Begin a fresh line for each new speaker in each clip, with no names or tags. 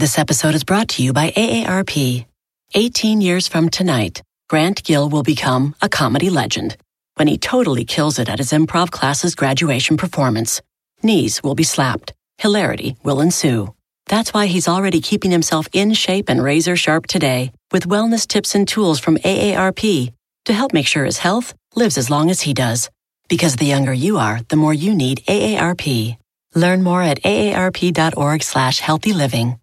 This episode is brought to you by AARP. 18 years from tonight, Grant Gill will become a comedy legend when he totally kills it at his improv class's graduation performance. Knees will be slapped. Hilarity will ensue. That's why he's already keeping himself in shape and razor sharp today with wellness tips and tools from AARP to help make sure his health lives as long as he does. Because the younger you are, the more you need AARP. Learn more at aarp.org/healthyliving.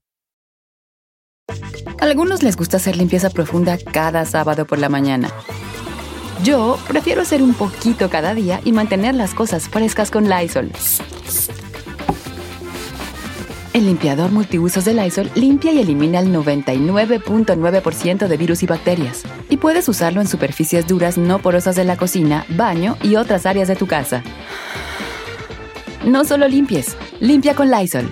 A algunos les gusta hacer limpieza profunda cada sábado por la mañana. Yo prefiero hacer un poquito cada día y mantener las cosas frescas con Lysol. El limpiador multiusos de Lysol limpia y elimina el 99.9% de virus y bacterias. Y puedes usarlo en superficies duras no porosas de la cocina, baño y otras áreas de tu casa. No solo limpies, limpia con Lysol.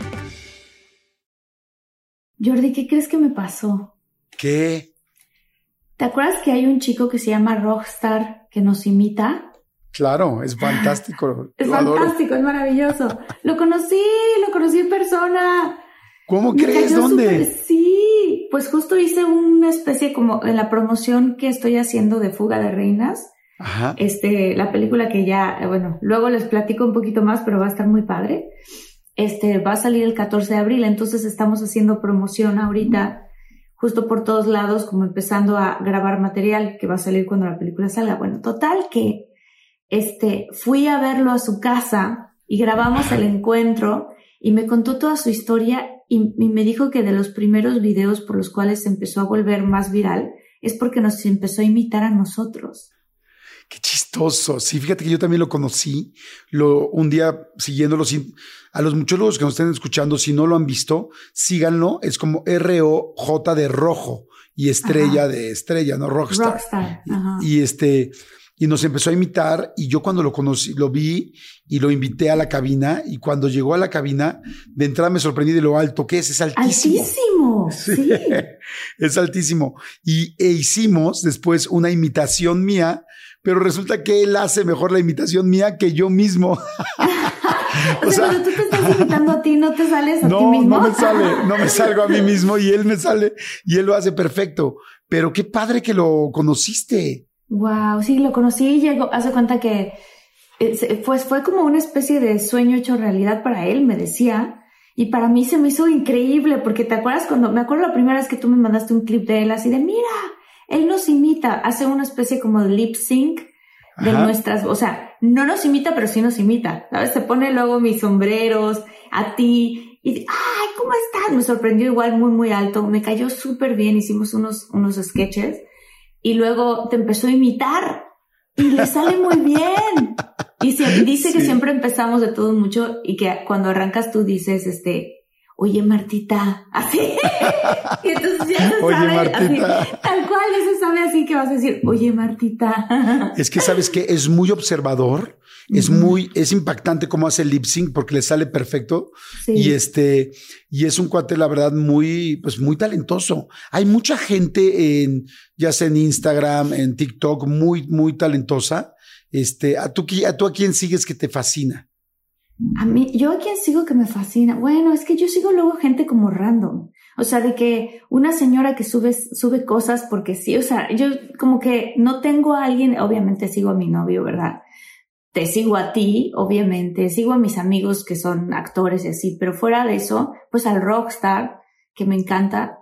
Jordi, ¿qué crees que me pasó?
¿Qué?
¿Te acuerdas que hay un chico que se llama Rockstar que nos imita?
Claro, es fantástico.
Es fantástico, es maravilloso. Lo conocí en persona.
¿Cómo crees? ¿Dónde?
Sí, pues justo hice una especie como en la promoción que estoy haciendo de Fuga de Reinas.
Ajá.
La película que ya, bueno, luego les platico un poquito más, pero va a estar muy padre. Va a salir el 14 de abril, entonces estamos haciendo promoción ahorita, justo por todos lados, como empezando a grabar material que va a salir cuando la película salga. Bueno, total que fui a verlo a su casa y grabamos el encuentro y me contó toda su historia y me dijo que de los primeros videos por los cuales se empezó a volver más viral es porque nos empezó a imitar a nosotros.
Qué chistoso. Sí, fíjate que yo también lo conocí. Un día siguiéndolo, a los muchólogos que nos estén escuchando, si no lo han visto, síganlo. Es como ROJ de rojo y estrella Ajá. de estrella, ¿no? Rockstar.
Rockstar. Ajá.
Y nos empezó a imitar y yo cuando lo conocí, lo vi y lo invité a la cabina y cuando llegó a la cabina, de entrada me sorprendí de lo alto que es altísimo.
¡Altísimo! Sí.
Es altísimo. E hicimos después una imitación mía, pero resulta que él hace mejor la imitación mía que yo mismo.
O sea, cuando tú te estás imitando a ti, ¿no te sales a ti mismo?
No me salgo a mí mismo y él me sale y él lo hace perfecto. Pero qué padre que lo conociste.
Wow, sí, lo conocí y llegó, hace cuenta que pues fue como una especie de sueño hecho realidad para él, me decía, y para mí se me hizo increíble, porque ¿te acuerdas me acuerdo la primera vez que tú me mandaste un clip de él así de, mira, él nos imita, hace una especie como de lip sync de Ajá. nuestras, o sea, no nos imita, pero sí nos imita, ¿sabes? Se pone luego mis sombreros, a ti, y ¡ay, cómo estás! Me sorprendió igual muy, muy alto, me cayó súper bien, hicimos unos sketches, y luego te empezó a imitar y le sale muy bien. Y dice sí. que siempre empezamos de todo mucho y que cuando arrancas tú dices, oye, Martita, así. Y entonces ya se
oye,
sabe,
Martita.
Así, tal cual, ya se sabe así que vas a decir, oye, Martita.
Es que sabes que es muy observador. Es impactante cómo hace el lip sync porque le sale perfecto. Sí. Y es un cuate, la verdad, muy talentoso. Hay mucha gente ya sea en Instagram, en TikTok, muy, muy talentosa. ¿Tú a quién sigues que te fascina?
Yo a quién sigo que me fascina. Bueno, es que yo sigo luego gente como random. O sea, de que una señora que sube cosas porque sí, o sea, yo como que no tengo a alguien, obviamente sigo a mi novio, ¿verdad? Te sigo a ti, obviamente, sigo a mis amigos que son actores y así, pero fuera de eso, pues al Rockstar, que me encanta,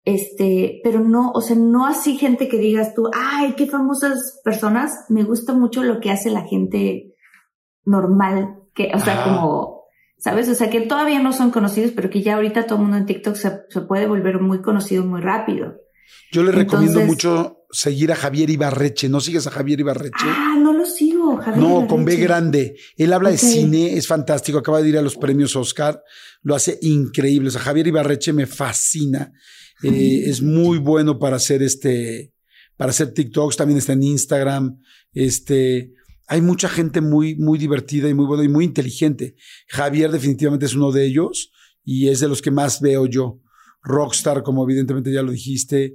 pero no, o sea, no así gente que digas tú, ay, qué famosas personas, me gusta mucho lo que hace la gente normal, que, o sea, como, ¿sabes? O sea, que todavía no son conocidos, pero que ya ahorita todo el mundo en TikTok se puede volver muy conocido muy rápido.
Yo le recomiendo mucho seguir a Javier Ibarreche. ¿No sigues a Javier Ibarreche?
No lo sigo, Javier Ibarreche.
Con B grande. Él habla de cine, es fantástico. Acaba de ir a los premios Oscar. Lo hace increíble. O sea, Javier Ibarreche me fascina. Es muy bueno para hacer para hacer TikToks. También está en Instagram. Hay mucha gente muy, muy divertida y muy buena y muy inteligente. Javier definitivamente es uno de ellos y es de los que más veo yo. Rockstar, como evidentemente ya lo dijiste.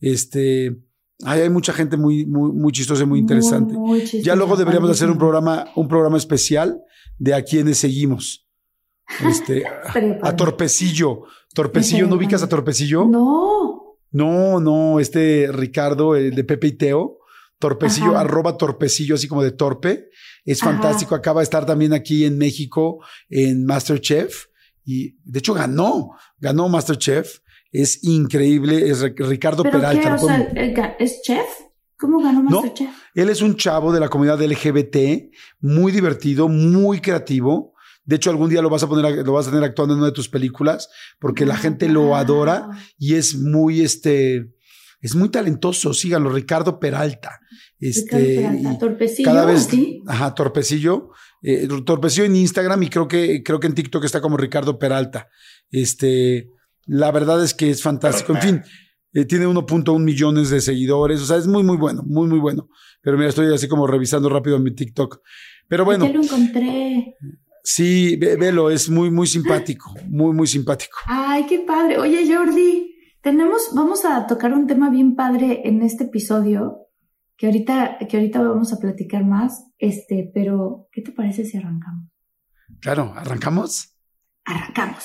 Hay mucha gente muy, muy, muy chistosa y muy interesante. Muy chistosa, ya luego deberíamos hacer un programa especial de a quienes seguimos. A Torpecillo. Torpecillo, ¿no ubicas a Torpecillo?
No.
No, Ricardo, el de Pepe y Teo. Torpecillo, @Torpecillo, así como de torpe. Es fantástico. Acaba de estar también aquí en México en MasterChef. Y de hecho ganó MasterChef. Es increíble. Es Ricardo Peralta.
¿Qué? O sea, ¿es chef? ¿Cómo ganó MasterChef?
No, él es un chavo de la comunidad LGBT, muy divertido, muy creativo. De hecho, algún día lo vas a tener actuando en una de tus películas, porque la gente lo adora y es muy talentoso. Síganlo, Ricardo Peralta.
Ricardo Peralta, Torpecillo,
cada vez,
¿sí?
Torpecillo. Torpecillo en Instagram y creo que en TikTok está como Ricardo Peralta. La verdad es que es fantástico. En fin, tiene 1.1 millones de seguidores. O sea, es muy, muy bueno, muy, muy bueno. Pero mira, estoy así como revisando rápido en mi TikTok. Pero bueno.
Ya lo encontré.
Sí, velo, es muy, muy simpático. Muy, muy simpático.
Ay, qué padre. Oye, Jordi, vamos a tocar un tema bien padre en este episodio, que ahorita vamos a platicar más, pero ¿qué te parece si arrancamos?
Claro, ¿arrancamos?
Arrancamos.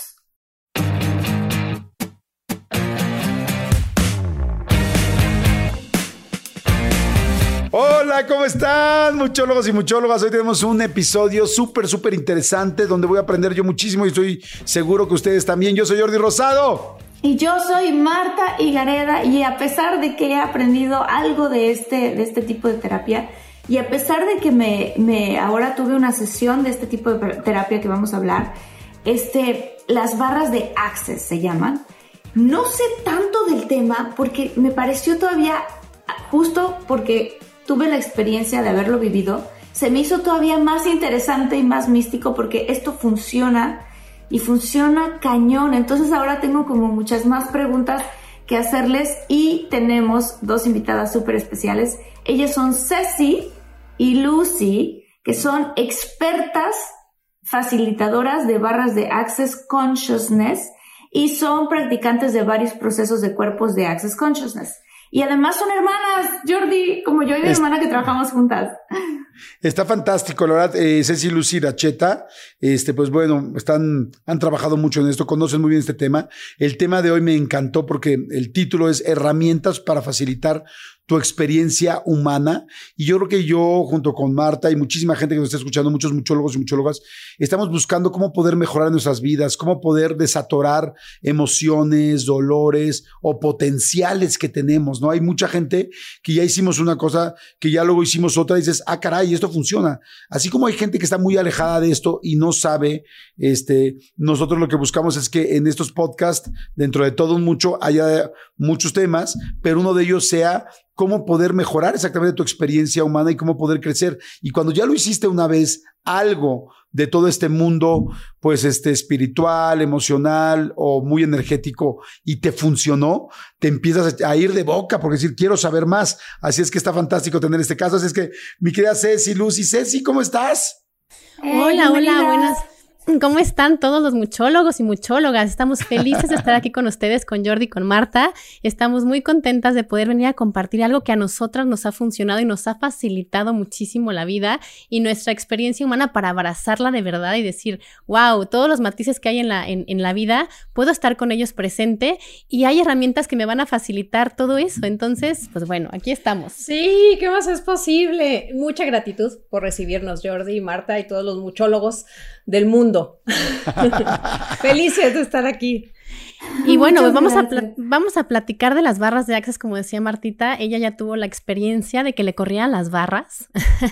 Hola, ¿cómo están, muchólogos y muchólogas? Hoy tenemos un episodio súper, súper interesante donde voy a aprender yo muchísimo y estoy seguro que ustedes también. Yo soy Jordi Rosado.
Y yo soy Marta Higareda, y a pesar de que he aprendido algo de este tipo de terapia, y a pesar de que ahora tuve una sesión de este tipo de terapia que vamos a hablar, las barras de Access se llaman, no sé tanto del tema porque me pareció todavía, justo porque tuve la experiencia de haberlo vivido, se me hizo todavía más interesante y más místico porque esto funciona y funciona cañón. Entonces ahora tengo como muchas más preguntas que hacerles y tenemos dos invitadas súper especiales. Ellas son Ceci y Lucy, que son expertas facilitadoras de barras de Access Consciousness y son practicantes de varios procesos de cuerpos de Access Consciousness. Y además son hermanas, Jordi, como yo y mi hermana que trabajamos juntas.
Está fantástico, la verdad. Ceci y Lucy Iracheta, pues bueno, han trabajado mucho en esto, conocen muy bien este tema. El tema de hoy me encantó porque el título es Herramientas para facilitar tu experiencia humana. Y yo creo que yo, junto con Marta y muchísima gente que nos está escuchando, muchos muchólogos y muchólogas, estamos buscando cómo poder mejorar nuestras vidas, cómo poder desatorar emociones, dolores o potenciales que tenemos, ¿no? Hay mucha gente que ya hicimos una cosa, que ya luego hicimos otra y dices, caray, esto funciona. Así como hay gente que está muy alejada de esto y no sabe, nosotros lo que buscamos es que en estos podcasts, dentro de todo mucho, haya muchos temas, pero uno de ellos sea cómo poder mejorar exactamente tu experiencia humana y cómo poder crecer. Y cuando ya lo hiciste una vez, algo de todo este mundo, pues espiritual, emocional o muy energético, y te funcionó, te empiezas a ir de boca porque decir, quiero saber más. Así es que está fantástico tener este caso. Así es que mi querida Ceci, Lucy, Ceci, ¿cómo estás?
Hola, buenas. ¿Cómo están todos los muchólogos y muchólogas? Estamos felices de estar aquí con ustedes, con Jordi y con Marta. Estamos muy contentas de poder venir a compartir algo que a nosotras nos ha funcionado y nos ha facilitado muchísimo la vida y nuestra experiencia humana para abrazarla de verdad y decir, wow, todos los matices que hay en la vida, puedo estar con ellos presente y hay herramientas que me van a facilitar todo eso. Entonces, pues bueno, aquí estamos.
Sí, ¿qué más es posible? Mucha gratitud por recibirnos, Jordi y Marta y todos los muchólogos del mundo. Felices de estar aquí.
Y bueno, pues vamos a platicar de las barras de Access, como decía Martita. Ella ya tuvo la experiencia de que le corrían las barras.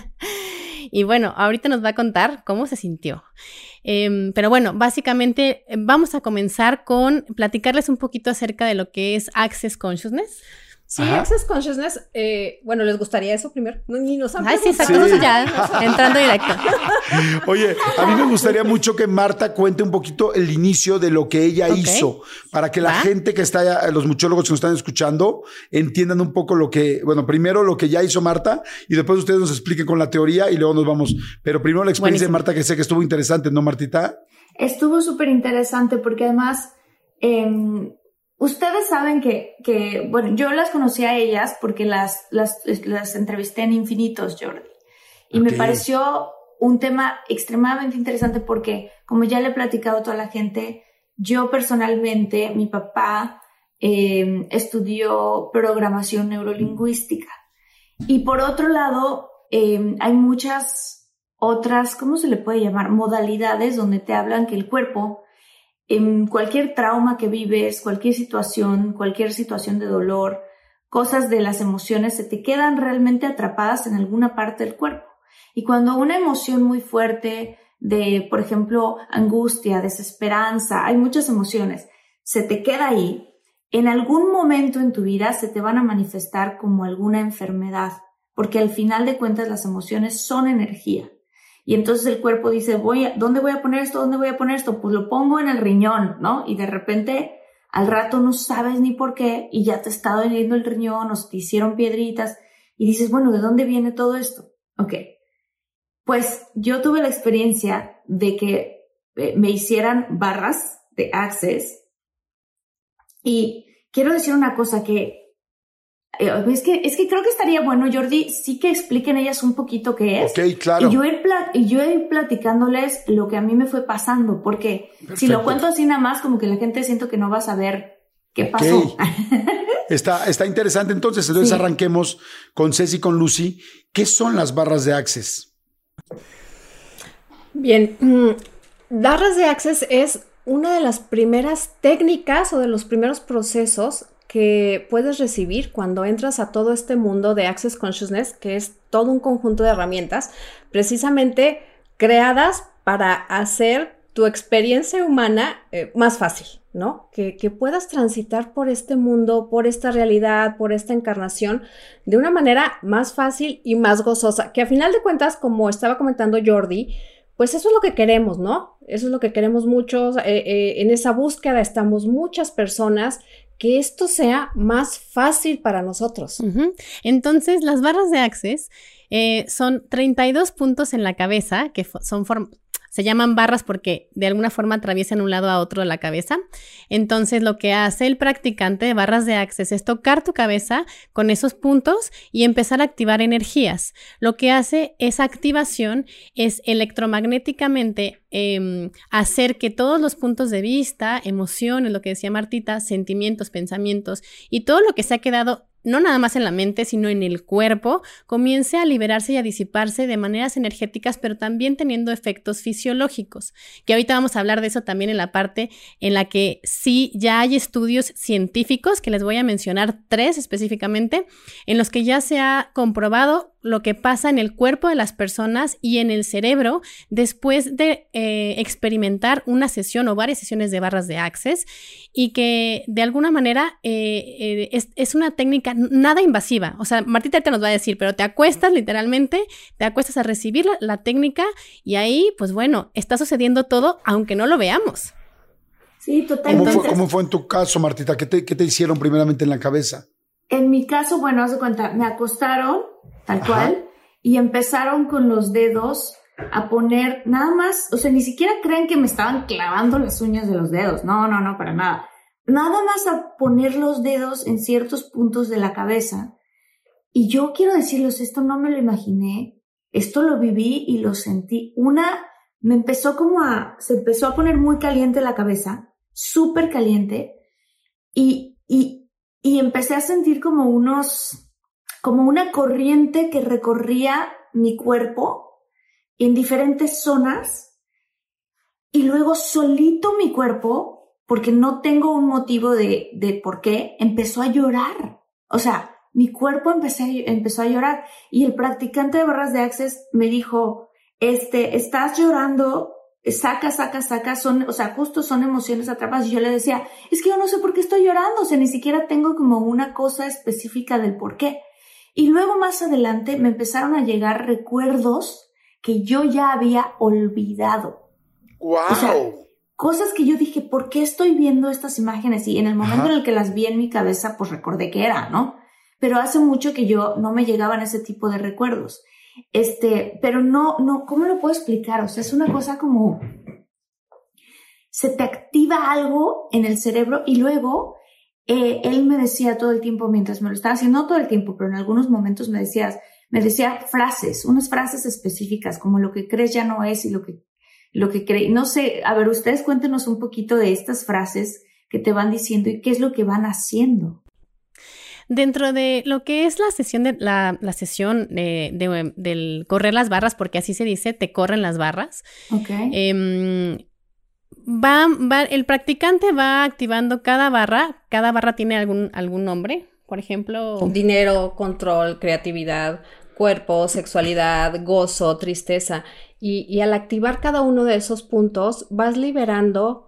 Y bueno, ahorita nos va a contar cómo se sintió. Pero bueno, básicamente vamos a comenzar con platicarles un poquito acerca de lo que es Access Consciousness.
Sí, Access Consciousness, bueno, ¿les gustaría eso primero? Ni nos han
sí, exacto, ya, entrando directo.
Oye, a mí me gustaría mucho que Marta cuente un poquito el inicio de lo que ella hizo, para que la gente que está, los muchólogos que nos están escuchando, entiendan un poco primero lo que ya hizo Marta, y después ustedes nos expliquen con la teoría y luego nos vamos. Pero primero la experiencia de Marta, que sé que estuvo interesante, ¿no, Martita?
Estuvo súper interesante porque además... ustedes saben que, bueno, yo las conocí a ellas porque las entrevisté en Infinitos, Jordi. Y me pareció un tema extremadamente interesante porque, como ya le he platicado a toda la gente, yo personalmente, mi papá estudió programación neurolingüística. Y por otro lado, hay muchas otras, ¿cómo se le puede llamar? Modalidades donde te hablan que el cuerpo, en cualquier trauma que vives, cualquier situación de dolor, cosas de las emociones se te quedan realmente atrapadas en alguna parte del cuerpo. Y cuando una emoción muy fuerte de, por ejemplo, angustia, desesperanza, hay muchas emociones, se te queda ahí, en algún momento en tu vida se te van a manifestar como alguna enfermedad, porque al final de cuentas las emociones son energía. Y entonces el cuerpo dice, ¿dónde voy a poner esto? ¿Dónde voy a poner esto? Pues lo pongo en el riñón, ¿no? Y de repente al rato no sabes ni por qué y ya te está doliendo el riñón o te hicieron piedritas y dices, bueno, ¿de dónde viene todo esto? Ok, pues yo tuve la experiencia de que me hicieran barras de Access y quiero decir una cosa que es que creo que estaría bueno, Jordi, sí que expliquen ellas un poquito qué es.
Ok, claro.
Y yo ir platicándoles lo que a mí me fue pasando, porque perfecto. Si lo cuento así nada más, como que la gente siento que no va a saber qué pasó.
Está interesante. Entonces sí. Arranquemos con Ceci y con Lucy. ¿Qué son las barras de Access?
Bien, barras de Access es una de las primeras técnicas o de los primeros procesos que puedes recibir cuando entras a todo este mundo de Access Consciousness, que es todo un conjunto de herramientas precisamente creadas para hacer tu experiencia humana más fácil, ¿no? Que puedas transitar por este mundo, por esta realidad, por esta encarnación de una manera más fácil y más gozosa, que a final de cuentas, como estaba comentando Jordi, pues eso es lo que queremos, ¿no? Eso es lo que queremos muchos. En esa búsqueda estamos muchas personas, que esto sea más fácil para nosotros.
Uh-huh. Entonces, las barras de Access son 32 puntos en la cabeza, que se llaman barras porque de alguna forma atraviesan un lado a otro de la cabeza. Entonces, lo que hace el practicante de barras de Access es tocar tu cabeza con esos puntos y empezar a activar energías. Lo que hace esa activación es electromagnéticamente hacer que todos los puntos de vista, emociones, lo que decía Martita, sentimientos, pensamientos y todo lo que se ha quedado no nada más en la mente, sino en el cuerpo, comience a liberarse y a disiparse de maneras energéticas, pero también teniendo efectos fisiológicos, que ahorita vamos a hablar de eso también en la parte en la que sí ya hay estudios científicos, que les voy a mencionar 3 específicamente, en los que ya se ha comprobado lo que pasa en el cuerpo de las personas y en el cerebro después de experimentar una sesión o varias sesiones de barras de Access, y que de alguna manera es una técnica nada invasiva. O sea, Martita ahorita nos va a decir, pero te acuestas literalmente, te acuestas a recibir la técnica y ahí, pues bueno, está sucediendo todo aunque no lo veamos.
Sí, totalmente.
¿Cómo fue en tu caso, Martita? ¿Qué te hicieron primeramente en la cabeza?
En mi caso, bueno, haz de cuenta, me acostaron tal cual y empezaron con los dedos a poner nada más, o sea, ni siquiera creen que me estaban clavando las uñas de los dedos, no, para nada. Nada más a poner los dedos en ciertos puntos de la cabeza. Y yo quiero decirles, esto no me lo imaginé, esto lo viví y lo sentí. Se empezó a poner muy caliente la cabeza, súper caliente, y empecé a sentir como una corriente que recorría mi cuerpo en diferentes zonas, y luego solito mi cuerpo, porque no tengo un motivo de por qué, empezó a llorar. O sea, mi cuerpo empezó a llorar, y el practicante de barras de Access me dijo, estás llorando, saca, justo son emociones atrapadas. Y yo le decía, es que yo no sé por qué estoy llorando, o sea, ni siquiera tengo como una cosa específica del por qué. Y luego más adelante me empezaron a llegar recuerdos que yo ya había olvidado.
¡Wow!
O sea, cosas que yo dije, ¿por qué estoy viendo estas imágenes? Y en el momento en el que las vi en mi cabeza, pues recordé que era, ¿no? Pero hace mucho que yo no me llegaban ese tipo de recuerdos. Pero no, ¿cómo lo puedo explicar? O sea, es una cosa como, se te activa algo en el cerebro y luego él me decía todo el tiempo mientras me lo estaba haciendo, no todo el tiempo, pero en algunos momentos me decía frases, unas frases específicas como lo que crees ya no es y lo que lo que creí. No sé, a ver, ustedes cuéntenos un poquito de estas frases que te van diciendo y qué es lo que van haciendo.
Dentro de lo que es la sesión la sesión del correr las barras, porque así se dice, te corren las barras.
Okay.
El practicante va activando cada barra tiene algún nombre, por ejemplo...
Dinero, control, creatividad, cuerpo, sexualidad, gozo, tristeza, y al activar cada uno de esos puntos vas liberando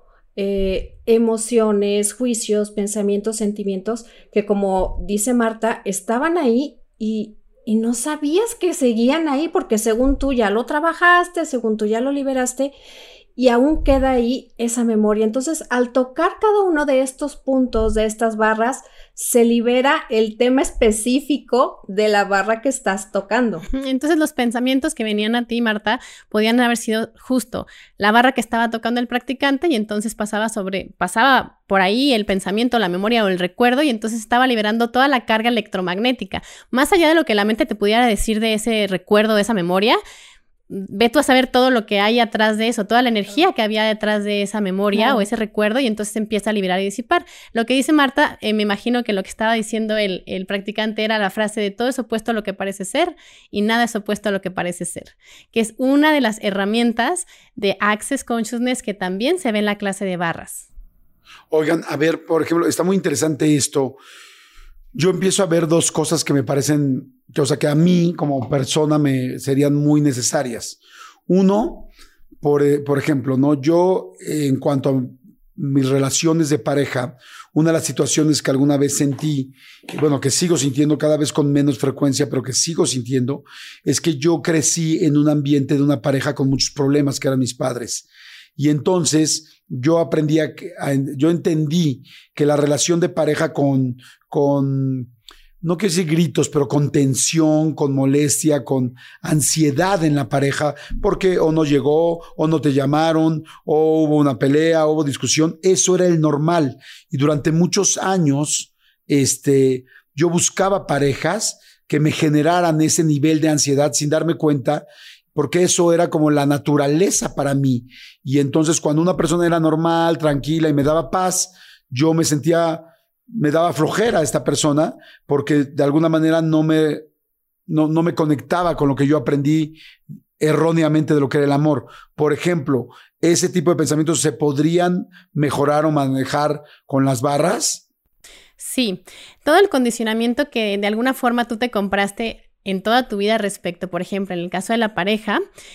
emociones, juicios, pensamientos, sentimientos que, como dice Marta, estaban ahí y no sabías que seguían ahí porque según tú ya lo trabajaste, según tú ya lo liberaste y aún queda ahí esa memoria. Entonces, al tocar cada uno de estos puntos, de estas barras, se libera el tema específico de la barra que estás tocando.
Entonces, los pensamientos que venían a ti, Marta, podían haber sido justo la barra que estaba tocando el practicante y entonces pasaba por ahí el pensamiento, la memoria o el recuerdo y entonces estaba liberando toda la carga electromagnética. Más allá de lo que la mente te pudiera decir de ese recuerdo, de esa memoria, ve tú a saber todo lo que hay atrás de eso, toda la energía que había detrás de esa memoria o ese recuerdo y entonces se empieza a liberar y disipar. Lo que dice Marta, me imagino que lo que estaba diciendo el practicante era la frase de todo es opuesto a lo que parece ser y nada es opuesto a lo que parece ser, que es una de las herramientas de Access Consciousness que también se ve en la clase de barras.
Oigan, a ver, por ejemplo, está muy interesante esto. Yo empiezo a ver dos cosas que me parecen, que a mí como persona me serían muy necesarias. Uno, por ejemplo, ¿no? Yo en cuanto a mis relaciones de pareja, una de las situaciones que alguna vez sentí, bueno, que sigo sintiendo cada vez con menos frecuencia, pero que sigo sintiendo, es que yo crecí en un ambiente de una pareja con muchos problemas que eran mis padres. Y entonces yo entendí que la relación de pareja con no quiero decir gritos, pero con tensión, con molestia, con ansiedad en la pareja, porque o no llegó, o no te llamaron, o hubo una pelea, o hubo discusión, eso era el normal. Y durante muchos años, yo buscaba parejas que me generaran ese nivel de ansiedad sin darme cuenta, porque eso era como la naturaleza para mí. Y entonces cuando una persona era normal, tranquila y me daba paz, yo me daba flojera a esta persona porque de alguna manera no me conectaba con lo que yo aprendí erróneamente de lo que era el amor. Por ejemplo, ese tipo de pensamientos se podrían mejorar o manejar con las barras.
Sí, todo el condicionamiento que de alguna forma tú te compraste en toda tu vida respecto, por ejemplo, en el caso de la pareja,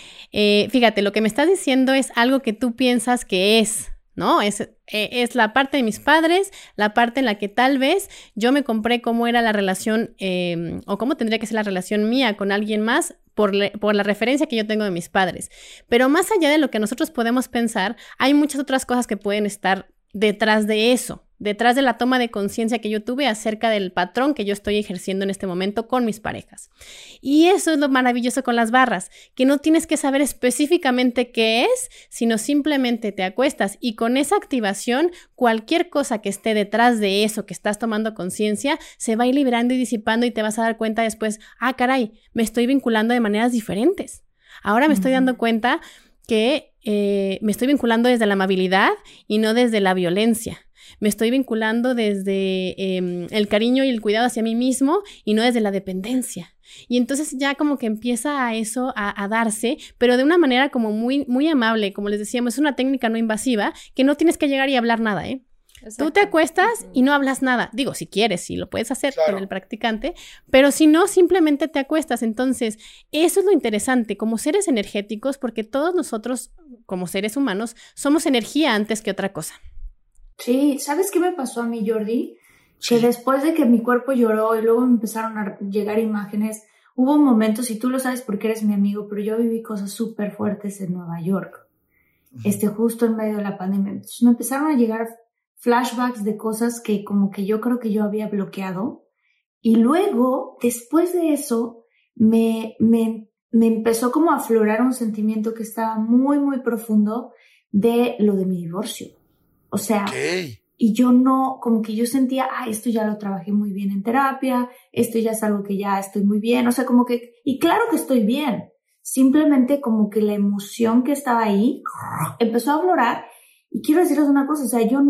fíjate, lo que me estás diciendo es algo que tú piensas que es, ¿no? Es la parte de mis padres, la parte en la que tal vez yo me compré cómo era la relación o cómo tendría que ser la relación mía con alguien más por la referencia que yo tengo de mis padres. Pero más allá de lo que nosotros podemos pensar, hay muchas otras cosas que pueden estar detrás de eso, detrás de la toma de conciencia que yo tuve acerca del patrón que yo estoy ejerciendo en este momento con mis parejas. Y eso es lo maravilloso con las barras, que no tienes que saber específicamente qué es, sino simplemente te acuestas y con esa activación, cualquier cosa que esté detrás de eso que estás tomando conciencia, se va a ir liberando y disipando y te vas a dar cuenta después, caray, me estoy vinculando de maneras diferentes. Ahora me estoy dando cuenta que me estoy vinculando desde la amabilidad y no desde la violencia. Me estoy vinculando desde el cariño y el cuidado hacia mí mismo y no desde la dependencia. Y entonces ya como que empieza a eso a darse, pero de una manera como muy, muy amable. Como les decíamos, es una técnica no invasiva que no tienes que llegar y hablar nada, ¿eh? Exacto. Tú te acuestas y no hablas nada. Digo, si quieres, si lo puedes hacer con el practicante, pero si no, simplemente te acuestas. Entonces, eso es lo interesante, como seres energéticos, porque todos nosotros, como seres humanos, somos energía antes que otra cosa.
Sí, ¿sabes qué me pasó a mí, Jordi? Que después de que mi cuerpo lloró y luego me empezaron a llegar imágenes, hubo momentos, y tú lo sabes porque eres mi amigo, pero yo viví cosas súper fuertes en Nueva York, justo en medio de la pandemia. Entonces me empezaron a llegar flashbacks de cosas que como que yo creo que yo había bloqueado. Y luego, después de eso, me empezó como a aflorar un sentimiento que estaba muy, muy profundo de lo de mi divorcio. O sea, y yo no, como que yo sentía, esto ya lo trabajé muy bien en terapia, esto ya es algo que ya estoy muy bien, o sea, como que, y claro que estoy bien, simplemente como que la emoción que estaba ahí empezó a aflorar. Y quiero decirles una cosa, o sea, yo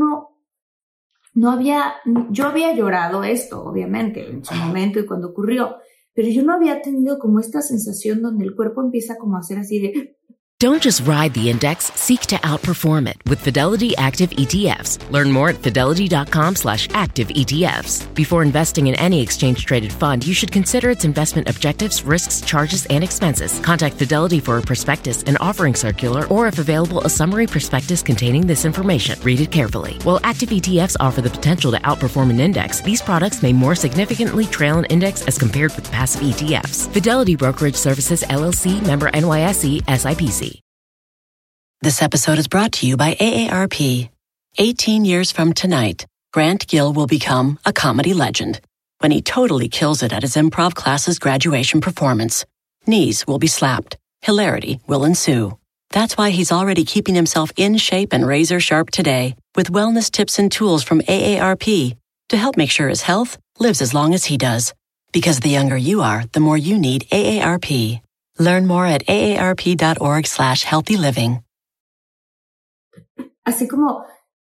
había llorado esto, obviamente, en su momento y cuando ocurrió, pero yo no había tenido como esta sensación donde el cuerpo empieza como a hacer así de...
Don't just ride the index, seek to outperform it with Fidelity Active ETFs. Learn more at fidelity.com/active ETFs. Before investing in any exchange-traded fund, you should consider its investment objectives, risks, charges, and expenses. Contact Fidelity for a prospectus, an offering circular, or if available, a summary prospectus containing this information. Read it carefully. While active ETFs offer the potential to outperform an index, these products may more significantly trail an index as compared with passive ETFs. Fidelity Brokerage Services, LLC, member NYSE, SIPC.
This episode is brought to you by AARP. 18 years from tonight, Grant Gill will become a comedy legend when he totally kills it at his improv class's graduation performance. Knees will be slapped. Hilarity will ensue. That's why he's already keeping himself in shape and razor sharp today with wellness tips and tools from AARP to help make sure his health lives as long as he does. Because the younger you are, the more you need AARP. Learn more at aarp.org/healthyliving.
Así como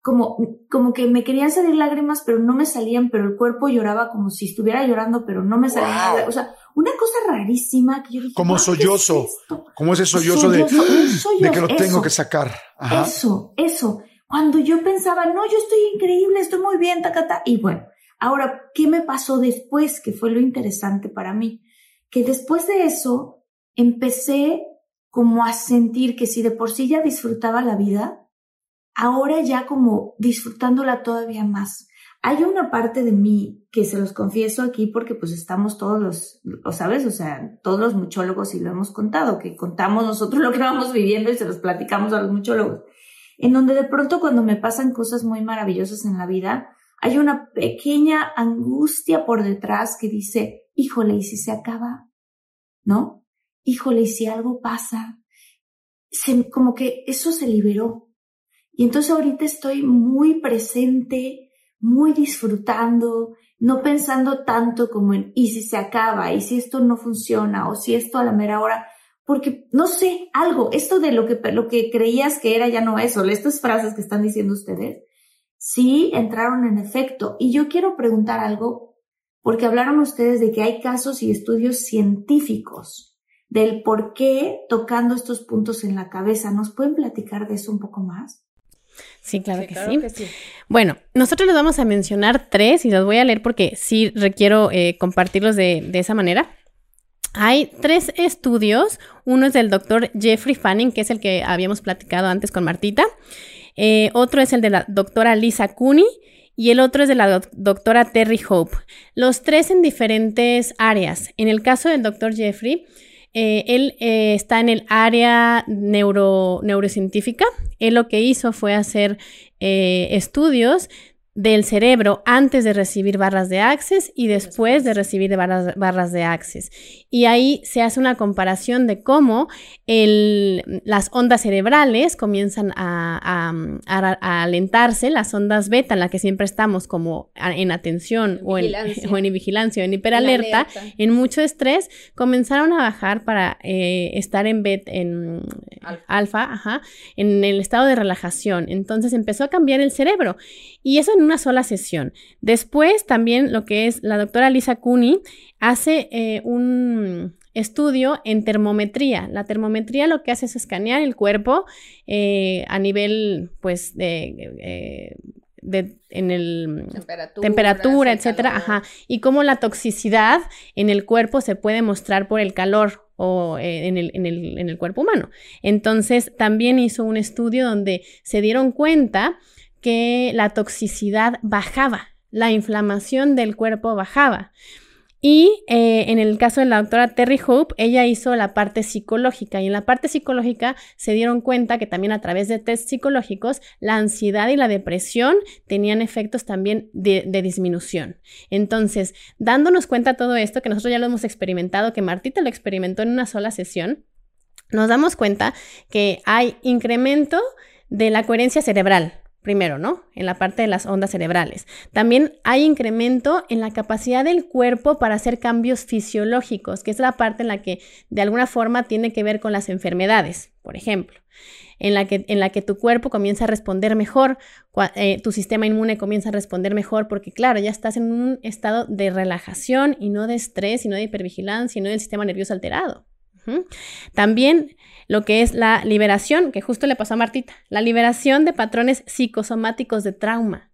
que me querían salir lágrimas, pero no me salían, pero el cuerpo lloraba como si estuviera llorando, pero no me salían nada. O sea, una cosa rarísima que yo dije,
como sollozo, como ese sollozo de que lo tengo que sacar. Ajá.
Eso. Cuando yo pensaba, no, yo estoy increíble, estoy muy bien, ta. Y bueno, ahora, ¿qué me pasó después? Que fue lo interesante para mí. Que después de eso, empecé como a sentir que si de por sí ya disfrutaba la vida, ahora ya como disfrutándola todavía más. Hay una parte de mí que se los confieso aquí porque pues estamos todos ¿sabes? O sea, todos los muchólogos y lo hemos contado, que contamos nosotros lo que vamos viviendo y se los platicamos a los muchólogos. En donde de pronto cuando me pasan cosas muy maravillosas en la vida, hay una pequeña angustia por detrás que dice, híjole, ¿y si se acaba? ¿No? Híjole, ¿y si algo pasa? Como que eso se liberó. Y entonces ahorita estoy muy presente, muy disfrutando, no pensando tanto como en, ¿y si se acaba? ¿Y si esto no funciona? ¿O si esto a la mera hora? Porque, no sé, algo, esto de lo que creías que era ya no es, o estas frases que están diciendo ustedes, sí entraron en efecto. Y yo quiero preguntar algo, porque hablaron ustedes de que hay casos y estudios científicos del por qué tocando estos puntos en la cabeza. ¿Nos pueden platicar de eso un poco más?
Sí, claro que sí. Bueno, nosotros les vamos a mencionar 3 y los voy a leer porque sí requiero compartirlos de esa manera. Hay 3 estudios. Uno es del doctor Jeffrey Fanning, que es el que habíamos platicado antes con Martita. Otro es el de la doctora Lisa Cooney y el otro es de la doctora Terry Hope. Los 3 en diferentes áreas. En el caso del doctor Jeffrey, él está en el área neurocientífica. Él lo que hizo fue hacer estudios del cerebro antes de recibir barras de Access y después de recibir barras de Access. Y ahí se hace una comparación de cómo las ondas cerebrales comienzan a alentarse, las ondas beta en las que siempre estamos como en atención o en vigilancia o en hiperalerta, en mucho estrés, comenzaron a bajar para estar en alfa, en el estado de relajación. Entonces empezó a cambiar el cerebro y eso en una sola sesión. Después también lo que es la doctora Lisa Cooney hace un estudio en termometría. La termometría lo que hace es escanear el cuerpo a nivel, pues, en el temperatura, etcétera, y cómo la toxicidad en el cuerpo se puede mostrar por el calor o en el cuerpo humano. Entonces, también hizo un estudio donde se dieron cuenta que la toxicidad bajaba, la inflamación del cuerpo bajaba. Y en el caso de la doctora Terry Hope, ella hizo la parte psicológica y en la parte psicológica se dieron cuenta que también a través de test psicológicos la ansiedad y la depresión tenían efectos también de disminución. Entonces, dándonos cuenta de todo esto, que nosotros ya lo hemos experimentado, que Martita lo experimentó en una sola sesión, nos damos cuenta que hay incremento de la coherencia cerebral. primero, ¿no? En la parte de las ondas cerebrales. También hay incremento en la capacidad del cuerpo para hacer cambios fisiológicos, que es la parte en la que de alguna forma tiene que ver con las enfermedades, por ejemplo. En la que tu cuerpo comienza a responder mejor, tu sistema inmune comienza a responder mejor, porque claro, ya estás en un estado de relajación y no de estrés, y no de hipervigilancia, y no del sistema nervioso alterado. También lo que es la liberación, que justo le pasó a Martita, la liberación de patrones psicosomáticos de trauma.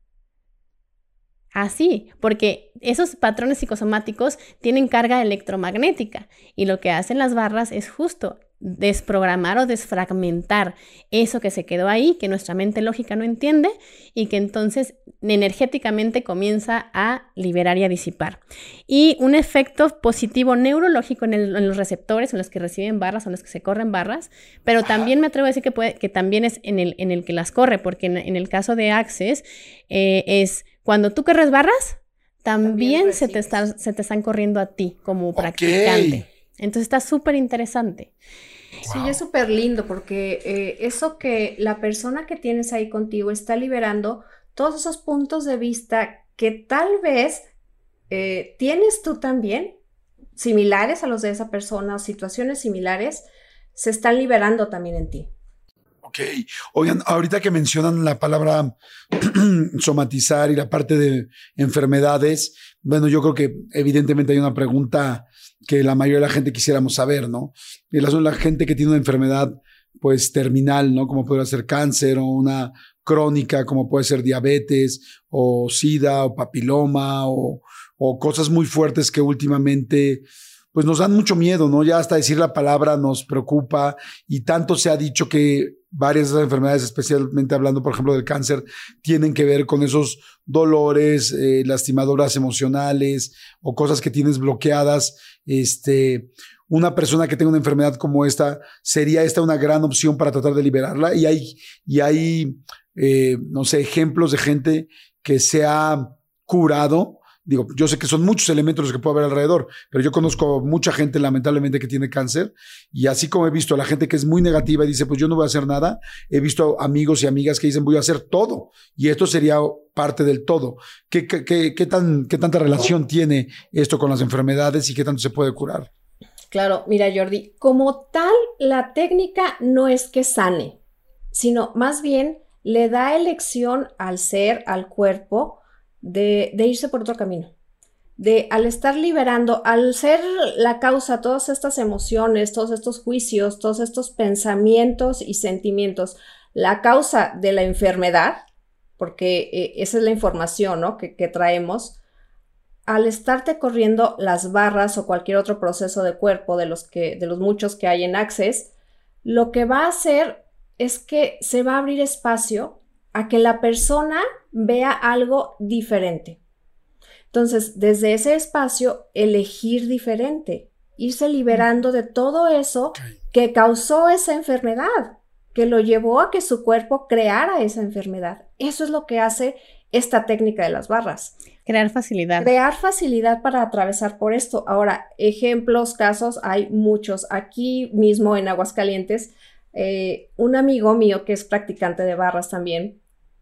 Así, porque esos patrones psicosomáticos tienen carga electromagnética y lo que hacen las barras es justo desprogramar o desfragmentar eso que se quedó ahí, que nuestra mente lógica no entiende y que entonces energéticamente comienza a liberar y a disipar. Y un efecto positivo neurológico en los receptores, en los que reciben barras o en los que se corren barras, pero también me atrevo a decir que también es en el que las corre, porque en el caso de Access es cuando tú corres barras, también se te están corriendo a ti como practicante. Entonces está súper interesante.
Sí, es súper lindo porque eso que la persona que tienes ahí contigo está liberando todos esos puntos de vista que tal vez tienes tú también, similares a los de esa persona, o situaciones similares, se están liberando también en ti.
Ok. Oigan, ahorita que mencionan la palabra somatizar y la parte de enfermedades, bueno, yo creo que evidentemente hay una pregunta que la mayoría de la gente quisiéramos saber, ¿no? Y la gente que tiene una enfermedad, pues, terminal, ¿no? Como puede ser cáncer o una crónica, como puede ser diabetes o sida o papiloma o cosas muy fuertes que últimamente pues nos dan mucho miedo, ¿no? Ya hasta decir la palabra nos preocupa y tanto se ha dicho que varias de esas enfermedades, especialmente hablando, por ejemplo, del cáncer, tienen que ver con esos dolores, lastimadoras emocionales o cosas que tienes bloqueadas. Una persona que tenga una enfermedad como esta, ¿sería esta una gran opción para tratar de liberarla? Y hay no sé, ejemplos de gente que se ha curado. Digo, yo sé que son muchos elementos los que puede haber alrededor, pero yo conozco mucha gente lamentablemente que tiene cáncer y así como he visto a la gente que es muy negativa y dice, pues yo no voy a hacer nada, he visto amigos y amigas que dicen, voy a hacer todo y esto sería parte del todo. ¿Qué tanta relación tiene esto con las enfermedades y qué tanto se puede curar?
Claro, mira Jordi, como tal, la técnica no es que sane, sino más bien le da elección al ser, al cuerpo, de irse por otro camino. Al estar liberando, al ser la causa, todas estas emociones, todos estos juicios, todos estos pensamientos y sentimientos, la causa de la enfermedad, porque esa es la información, ¿no? que traemos, al estarte corriendo las barras o cualquier otro proceso de cuerpo de los muchos que hay en Access, lo que va a hacer es que se va a abrir espacio a que la persona vea algo diferente. Entonces, desde ese espacio, elegir diferente, irse liberando de todo eso que causó esa enfermedad, que lo llevó a que su cuerpo creara esa enfermedad. Eso es lo que hace esta técnica de las barras.
Crear facilidad.
Crear facilidad para atravesar por esto. Ahora, ejemplos, casos, hay muchos. Aquí mismo en Aguascalientes, un amigo mío que es practicante de barras también,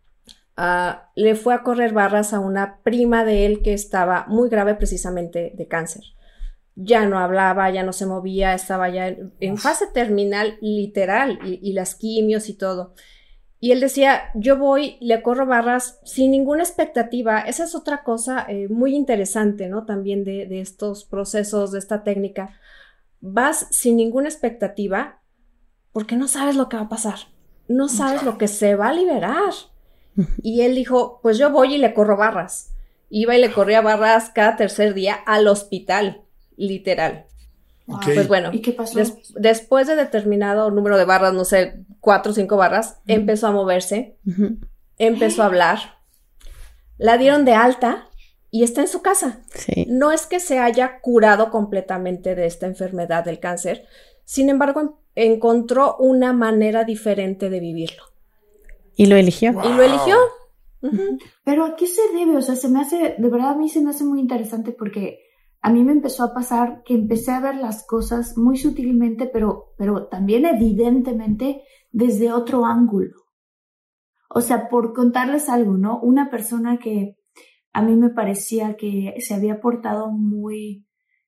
le fue a correr barras a una prima de él que estaba muy grave precisamente de cáncer. Ya no hablaba, ya no se movía, estaba ya en fase terminal literal y las quimios y todo. Y él decía, yo voy, le corro barras sin ninguna expectativa. Esa es otra cosa muy interesante, ¿no? También de estos procesos, de esta técnica. Vas sin ninguna expectativa porque no sabes lo que va a pasar. No sabes lo que se va a liberar. Y él dijo, pues yo voy y le corro barras. Iba y le corría barras cada tercer día al hospital, literal.
Okay.
Pues bueno,
¿y qué pasó?
Después de determinado número de barras, no sé, 4 o 5 barras, empezó a moverse, empezó a hablar, la dieron de alta y está en su casa.
Sí.
No es que se haya curado completamente de esta enfermedad del cáncer, sin embargo, encontró una manera diferente de vivirlo.
Y lo eligió.
Wow. Y lo eligió.
Pero ¿a qué se debe? O sea, de verdad a mí se me hace muy interesante porque a mí me empezó a pasar que empecé a ver las cosas muy sutilmente, pero también evidentemente desde otro ángulo. O sea, por contarles algo, ¿no? Una persona que a mí me parecía que se había portado muy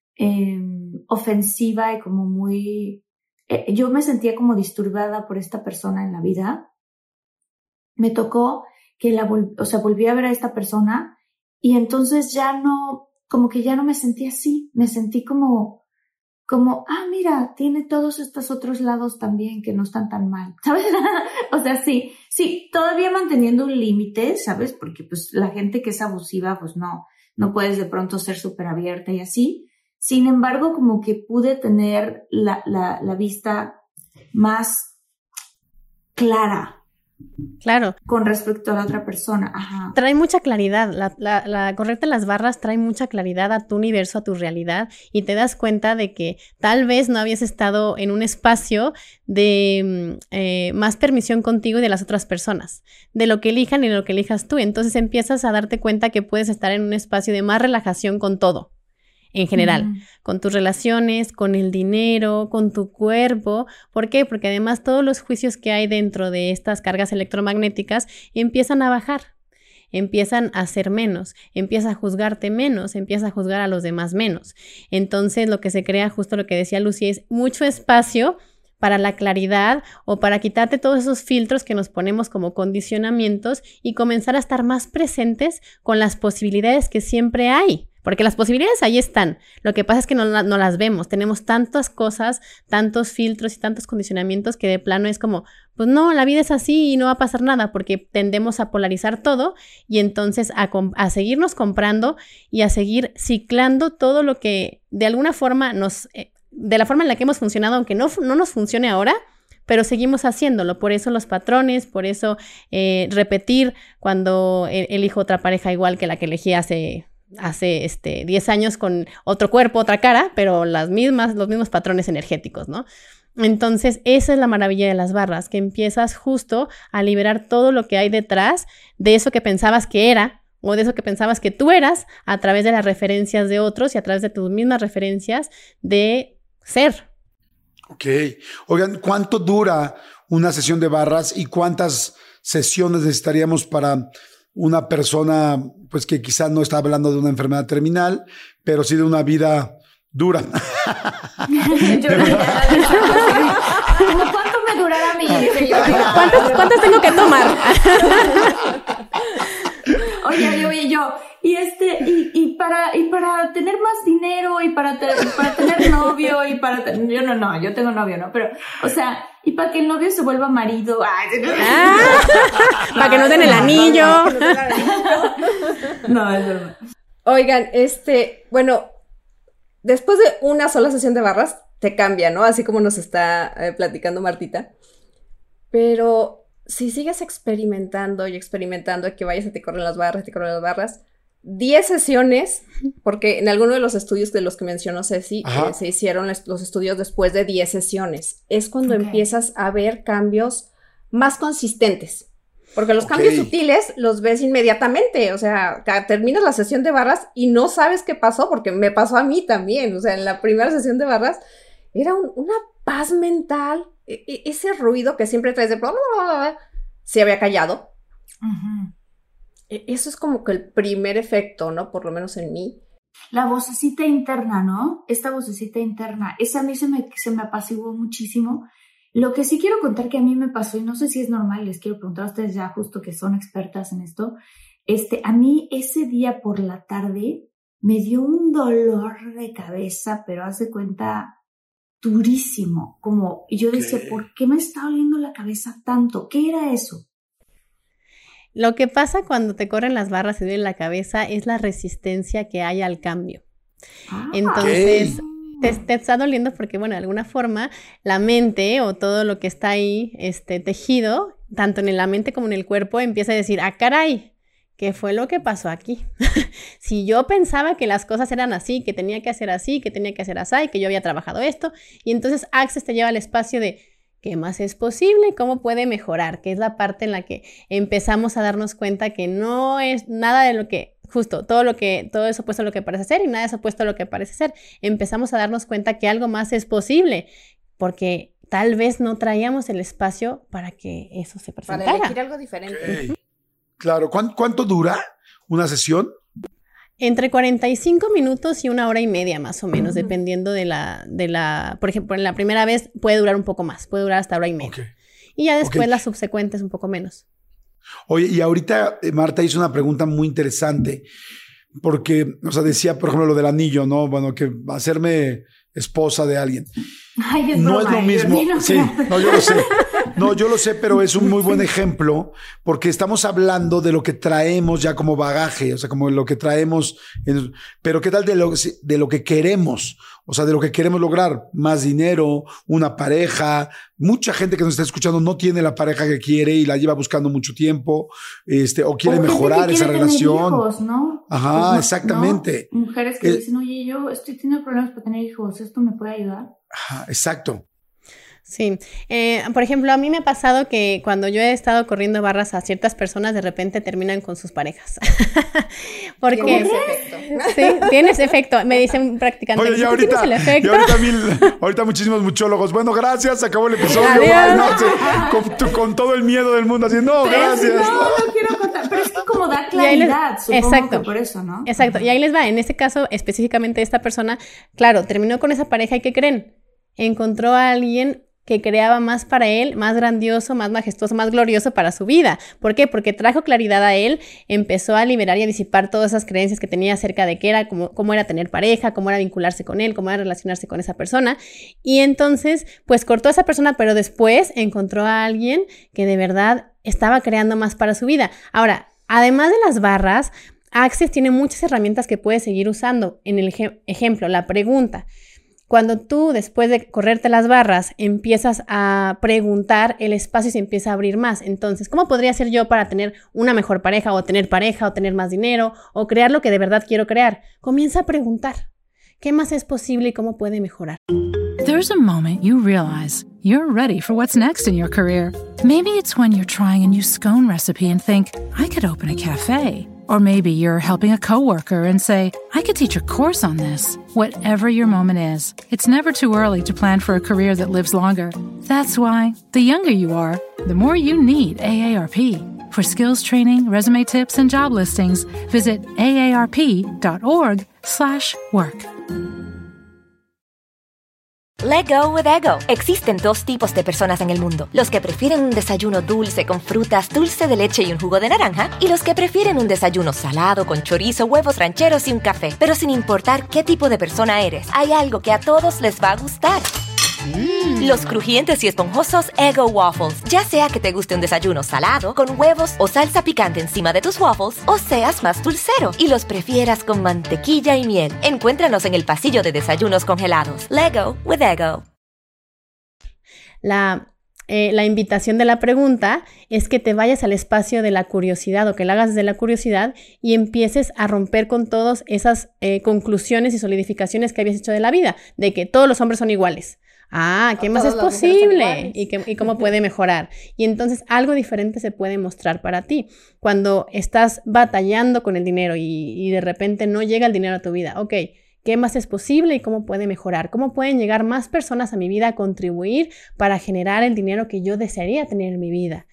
ofensiva y como muy... yo me sentía como disturbada por esta persona en la vida. Me tocó que volví a ver a esta persona y entonces ya no, como que ya no me sentí así. Me sentí como, mira, tiene todos estos otros lados también que no están tan mal, ¿sabes? O sea, sí, todavía manteniendo un límite, ¿sabes? Porque pues la gente que es abusiva, pues no puedes de pronto ser súper abierta y así. Sin embargo, como que pude tener la vista más clara.
Claro.
Con respecto a la otra persona. Ajá.
Trae mucha claridad. La correcta de las barras trae mucha claridad a tu universo, a tu realidad, y te das cuenta de que tal vez no habías estado en un espacio de más permisión contigo y de las otras personas, de lo que elijan y de lo que elijas tú. Entonces empiezas a darte cuenta que puedes estar en un espacio de más relajación con todo. En general, con tus relaciones, con el dinero, con tu cuerpo. ¿Por qué? Porque además todos los juicios que hay dentro de estas cargas electromagnéticas empiezan a bajar, empiezan a ser menos, empiezas a juzgarte menos, empiezas a juzgar a los demás menos. Entonces lo que se crea, justo lo que decía Lucy, es mucho espacio para la claridad o para quitarte todos esos filtros que nos ponemos como condicionamientos y comenzar a estar más presentes con las posibilidades que siempre hay. Porque las posibilidades ahí están. Lo que pasa es que no las vemos. Tenemos tantas cosas, tantos filtros y tantos condicionamientos que de plano es como, pues no, la vida es así y no va a pasar nada, porque tendemos a polarizar todo y entonces a seguirnos comprando y a seguir ciclando todo lo que de alguna forma de la forma en la que hemos funcionado, aunque no nos funcione ahora, pero seguimos haciéndolo. Por eso los patrones, por eso repetir cuando elijo otra pareja igual que la que elegí hace 10 años con otro cuerpo, otra cara, pero los mismos patrones energéticos, ¿no? Entonces, esa es la maravilla de las barras, que empiezas justo a liberar todo lo que hay detrás de eso que pensabas que era o de eso que pensabas que tú eras a través de las referencias de otros y a través de tus mismas referencias de ser.
Ok. Oigan, ¿cuánto dura una sesión de barras y cuántas sesiones necesitaríamos para una persona, pues que quizás no está hablando de una enfermedad terminal, pero sí de una vida dura?
¿Cuánto me durará mi?
¿Cuántos tengo que tomar?
Oye, yo. Y para tener más dinero y para tener novio y yo tengo novio, ¿no? Pero, o sea, y para que el novio se vuelva marido.
Para que nos den el anillo.
No, es verdad.
Oigan, bueno, después de una sola sesión de barras, te cambia, ¿no? Así como nos está platicando Martita. Pero si sigues experimentando y que vayas y te corren las barras, 10 sesiones, porque en alguno de los estudios de los que mencionó Ceci, se hicieron los estudios después de 10 sesiones. Es cuando empiezas a ver cambios más consistentes. Porque los cambios sutiles los ves inmediatamente. O sea, terminas la sesión de barras y no sabes qué pasó, porque me pasó a mí también. O sea, en la primera sesión de barras era una paz mental. Ese ruido que siempre traes de bla, bla, bla, bla, se había callado. Uh-huh. Eso es como que el primer efecto, ¿no? Por lo menos en mí.
La vocecita interna, ¿no? Esta vocecita interna, esa a mí se me apaciguó muchísimo. Lo que sí quiero contar que a mí me pasó, y no sé si es normal, les quiero preguntar a ustedes ya justo que son expertas en esto, a mí ese día por la tarde me dio un dolor de cabeza, pero haz de cuenta durísimo, como, y yo decía, ¿por qué me está doliendo la cabeza tanto? ¿Qué era eso?
Lo que pasa cuando te corren las barras y duele la cabeza es la resistencia que hay al cambio. Entonces, te está doliendo porque, bueno, de alguna forma, la mente o todo lo que está ahí tejido, tanto en la mente como en el cuerpo, empieza a decir, caray, ¿qué fue lo que pasó aquí? Si yo pensaba que las cosas eran así, que tenía que hacer así, que tenía que hacer así, que yo había trabajado esto, y entonces Access te lleva al espacio de ¿qué más es posible? ¿Cómo puede mejorar? Que es la parte en la que empezamos a darnos cuenta que no es nada de lo que, justo, todo es opuesto a lo que parece ser y nada es opuesto a lo que parece ser. Empezamos a darnos cuenta que algo más es posible, porque tal vez no traíamos el espacio para que eso se presentara.
Para elegir algo diferente.
Okay. Claro. ¿Cuánto dura una sesión?
Entre 45 minutos y 1 hora y media más o menos, dependiendo de la, por ejemplo, en la primera vez puede durar un poco más, puede durar hasta 1 hora y media. Okay. Y ya después las subsecuentes un poco menos.
Oye, y ahorita Marta hizo una pregunta muy interesante, porque, o sea, decía, por ejemplo, lo del anillo, ¿no? Bueno, que hacerme esposa de alguien.
Ay,
no es lo mismo. Sí, no, yo lo sé. No, yo lo sé, pero es un muy buen ejemplo porque estamos hablando de lo que traemos ya como bagaje, o sea, como lo que traemos. Pero ¿qué tal de lo que queremos? O sea, de lo que queremos lograr. Más dinero, una pareja. Mucha gente que nos está escuchando no tiene la pareja que quiere y la lleva buscando mucho tiempo, o quiere mejorar esa relación.
Hijos, ¿no?
Ajá, pues no, exactamente.
¿no? Mujeres que dicen, oye, yo estoy teniendo problemas para tener hijos, ¿esto me puede ayudar?
Ajá, exacto.
Sí, por ejemplo, a mí me ha pasado que cuando yo he estado corriendo barras a ciertas personas, de repente terminan con sus parejas. Porque
tiene ese efecto.
Sí, tiene ese efecto. Me dicen practicante.
Oye,
¿Tienes el efecto?
ahorita muchísimos muchólogos. Bueno, gracias, se acabó el episodio. Con todo el miedo del mundo, así, no, gracias.
No quiero contar, pero es que como da claridad, supongo que por eso, ¿no?
Exacto, y ahí les va. En este caso, específicamente esta persona, claro, terminó con esa pareja y ¿qué creen? Encontró a alguien que creaba más para él, más grandioso, más majestuoso, más glorioso para su vida. ¿Por qué? Porque trajo claridad a él, empezó a liberar y a disipar todas esas creencias que tenía acerca de qué era, cómo era tener pareja, cómo era vincularse con él, cómo era relacionarse con esa persona. Y entonces, pues cortó a esa persona, pero después encontró a alguien que de verdad estaba creando más para su vida. Ahora, además de las barras, Access tiene muchas herramientas que puedes seguir usando. En el ejemplo, la pregunta. Cuando tú, después de correrte las barras, empiezas a preguntar, el espacio se empieza a abrir más. Entonces, ¿cómo podría ser yo para tener una mejor pareja, o tener más dinero, o crear lo que de verdad quiero crear? Comienza a preguntar. ¿Qué más es posible y cómo puede mejorar?
There's a moment you realize you're ready for what's next in your career. Maybe it's when you're trying a new scone recipe and think, I could open a cafe. Or maybe you're helping a coworker and say, I could teach a course on this. Whatever your moment is, it's never too early to plan for a career that lives longer. That's why, the younger you are, the more you need AARP. For skills training, resume tips, and job listings, visit aarp.org/work.
Let go with ego. Existen 2 tipos de personas en el mundo. Los que prefieren un desayuno dulce con frutas, dulce de leche y un jugo de naranja. Y los que prefieren un desayuno salado con chorizo, huevos rancheros y un café. Pero sin importar qué tipo de persona eres, hay algo que a todos les va a gustar. Los crujientes y esponjosos Eggo Waffles. Ya sea que te guste un desayuno salado, con huevos o salsa picante encima de tus waffles, o seas más dulcero y los prefieras con mantequilla y miel. Encuéntranos en el pasillo de desayunos congelados. Leggo with Eggo.
La invitación de la pregunta es que te vayas al espacio de la curiosidad, o que la hagas desde la curiosidad y empieces a romper con todas esas conclusiones y solidificaciones que habías hecho de la vida, de que todos los hombres son iguales. ¿Qué más es posible? ¿Y cómo puede mejorar? Y entonces algo diferente se puede mostrar para ti. Cuando estás batallando con el dinero y de repente no llega el dinero a tu vida, ok, ¿qué más es posible y cómo puede mejorar? ¿Cómo pueden llegar más personas a mi vida a contribuir para generar el dinero que yo desearía tener en mi vida?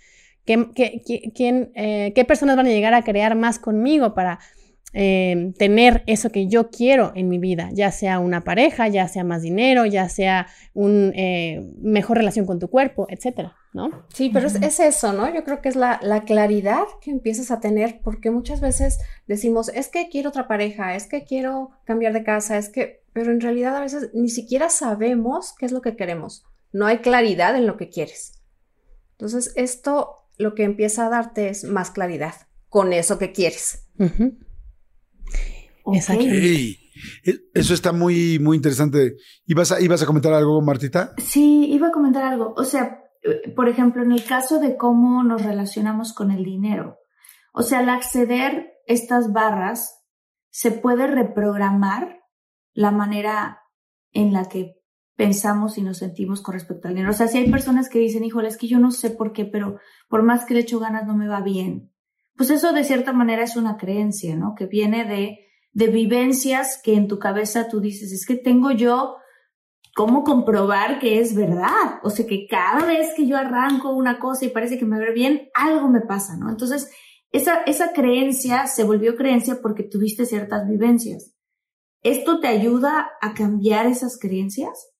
¿Qué personas van a llegar a crear más conmigo para tener eso que yo quiero en mi vida? Ya sea una pareja, ya sea más dinero, ya sea una mejor relación con tu cuerpo, etcétera, ¿no?
Sí, pero es eso, ¿no? Yo creo que es la claridad que empiezas a tener, porque muchas veces decimos, es que quiero otra pareja, es que quiero cambiar de casa, pero en realidad a veces ni siquiera sabemos qué es lo que queremos. No hay claridad en lo que quieres. Entonces, esto lo que empieza a darte es más claridad con eso que quieres.
Uh-huh. Exacto.
Hey, eso está muy, muy interesante. ¿Ibas a comentar algo, Martita?
Sí, iba a comentar algo. O sea, por ejemplo, en el caso de cómo nos relacionamos con el dinero. O sea, al acceder estas barras, se puede reprogramar la manera en la que pensamos y nos sentimos con respecto al dinero. O sea, si hay personas que dicen, híjole, es que yo no sé por qué, pero por más que le echo ganas no me va bien. Pues eso de cierta manera es una creencia, ¿no? Que viene de vivencias que en tu cabeza tú dices, es que tengo yo cómo comprobar que es verdad. O sea, que cada vez que yo arranco una cosa y parece que me va bien, algo me pasa, ¿no? Entonces, esa creencia se volvió creencia porque tuviste ciertas vivencias. ¿Esto te ayuda a cambiar esas creencias?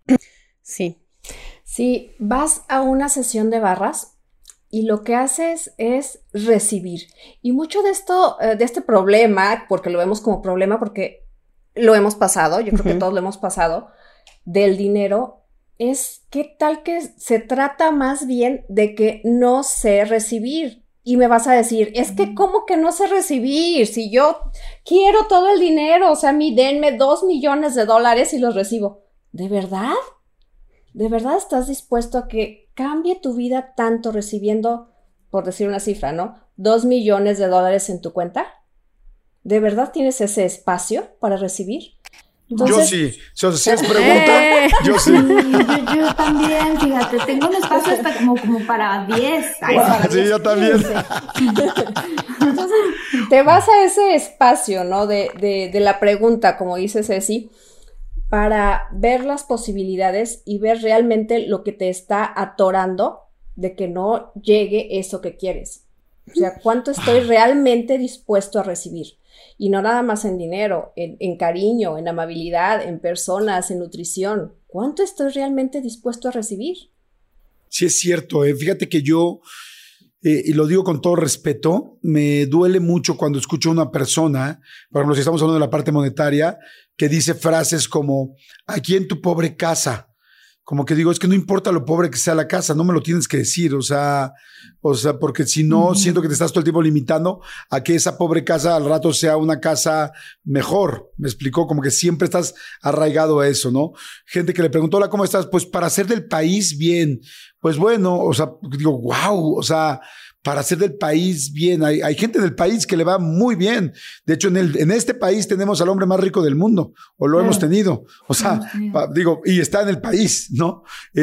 Sí. Si vas a una sesión de barras y lo que haces es recibir. Y mucho de esto, de este problema, porque lo vemos como problema, porque lo hemos pasado, yo creo que todos lo hemos pasado, del dinero, es qué tal que se trata más bien de que no sé recibir. Y me vas a decir, es que ¿cómo que no sé recibir? Si yo quiero todo el dinero, o sea, denme $2 millones y los recibo. ¿De verdad? ¿De verdad estás dispuesto a que cambie tu vida tanto recibiendo, por decir una cifra, ¿no? $2 millones en tu cuenta? ¿De verdad tienes ese espacio para recibir? Entonces,
yo sí. Si es pregunta, yo sí.
Yo también, fíjate, tengo un espacio hasta como para 10.
Sí, yo también.
Entonces, te vas a ese espacio, ¿no? De la pregunta, como dice Ceci, para ver las posibilidades y ver realmente lo que te está atorando de que no llegue eso que quieres. O sea, ¿cuánto estoy realmente dispuesto a recibir? Y no nada más en dinero, en cariño, en amabilidad, en personas, en nutrición. ¿Cuánto estoy realmente dispuesto a recibir?
Sí, es cierto. Fíjate que yo, y lo digo con todo respeto, me duele mucho cuando escucho a una persona, por ejemplo, si estamos hablando de la parte monetaria, que dice frases como, aquí en tu pobre casa. Como que digo, es que no importa lo pobre que sea la casa, no me lo tienes que decir, o sea, porque si no, siento que te estás todo el tiempo limitando a que esa pobre casa al rato sea una casa mejor. Me explicó, como que siempre estás arraigado a eso, ¿no? Gente que le preguntó, hola, ¿cómo estás? Pues para ser del país, bien. Pues bueno, o sea, digo, wow, o sea, para ser del país bien. Hay gente del país que le va muy bien. De hecho, en este país tenemos al hombre más rico del mundo, o lo hemos tenido. O sea, digo, y está en el país, ¿no?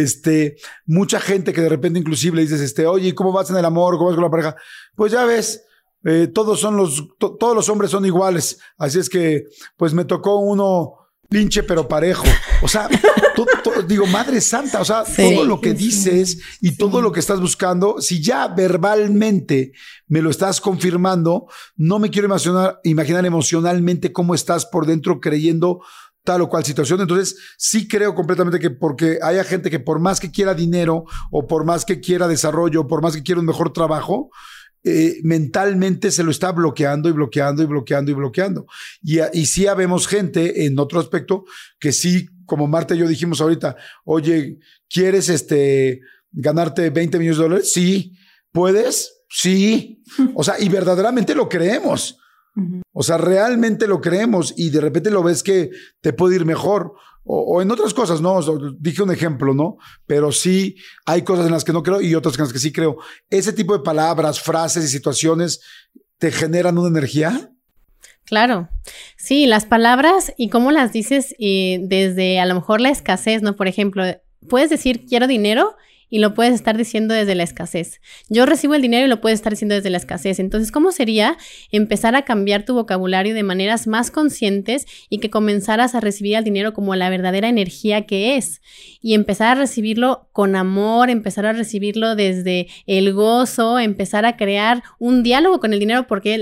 Mucha gente que de repente inclusive le dices, oye, ¿cómo vas en el amor? ¿Cómo vas con la pareja? Pues ya ves, todos los hombres son iguales. Así es que, pues me tocó uno pinche pero parejo. O sea, digo, Madre Santa, o sea, todo lo que dices y todo lo que estás buscando, si ya verbalmente me lo estás confirmando, no me quiero imaginar emocionalmente cómo estás por dentro creyendo tal o cual situación. Entonces, sí creo completamente que porque haya gente que por más que quiera dinero o por más que quiera desarrollo o por más que quiera un mejor trabajo, mentalmente se lo está bloqueando y bloqueando y bloqueando y bloqueando. Y sí habemos gente en otro aspecto que sí, como Marta y yo dijimos ahorita, oye, ¿quieres ganarte $20 millones? Sí. ¿Puedes? Sí. O sea, y verdaderamente lo creemos. O sea, realmente lo creemos y de repente lo ves que te puede ir mejor o en otras cosas, ¿no? O sea, dije un ejemplo, ¿no? Pero sí hay cosas en las que no creo y otras en las que sí creo. ¿Ese tipo de palabras, frases y situaciones te generan una energía?
Claro. Sí, las palabras y cómo las dices desde a lo mejor la escasez, ¿no? Por ejemplo, puedes decir quiero dinero y lo puedes estar diciendo desde la escasez. Yo recibo el dinero y lo puedes estar diciendo desde la escasez. Entonces, ¿cómo sería empezar a cambiar tu vocabulario de maneras más conscientes y que comenzaras a recibir el dinero como la verdadera energía que es? Y empezar a recibirlo con amor, empezar a recibirlo desde el gozo, empezar a crear un diálogo con el dinero porque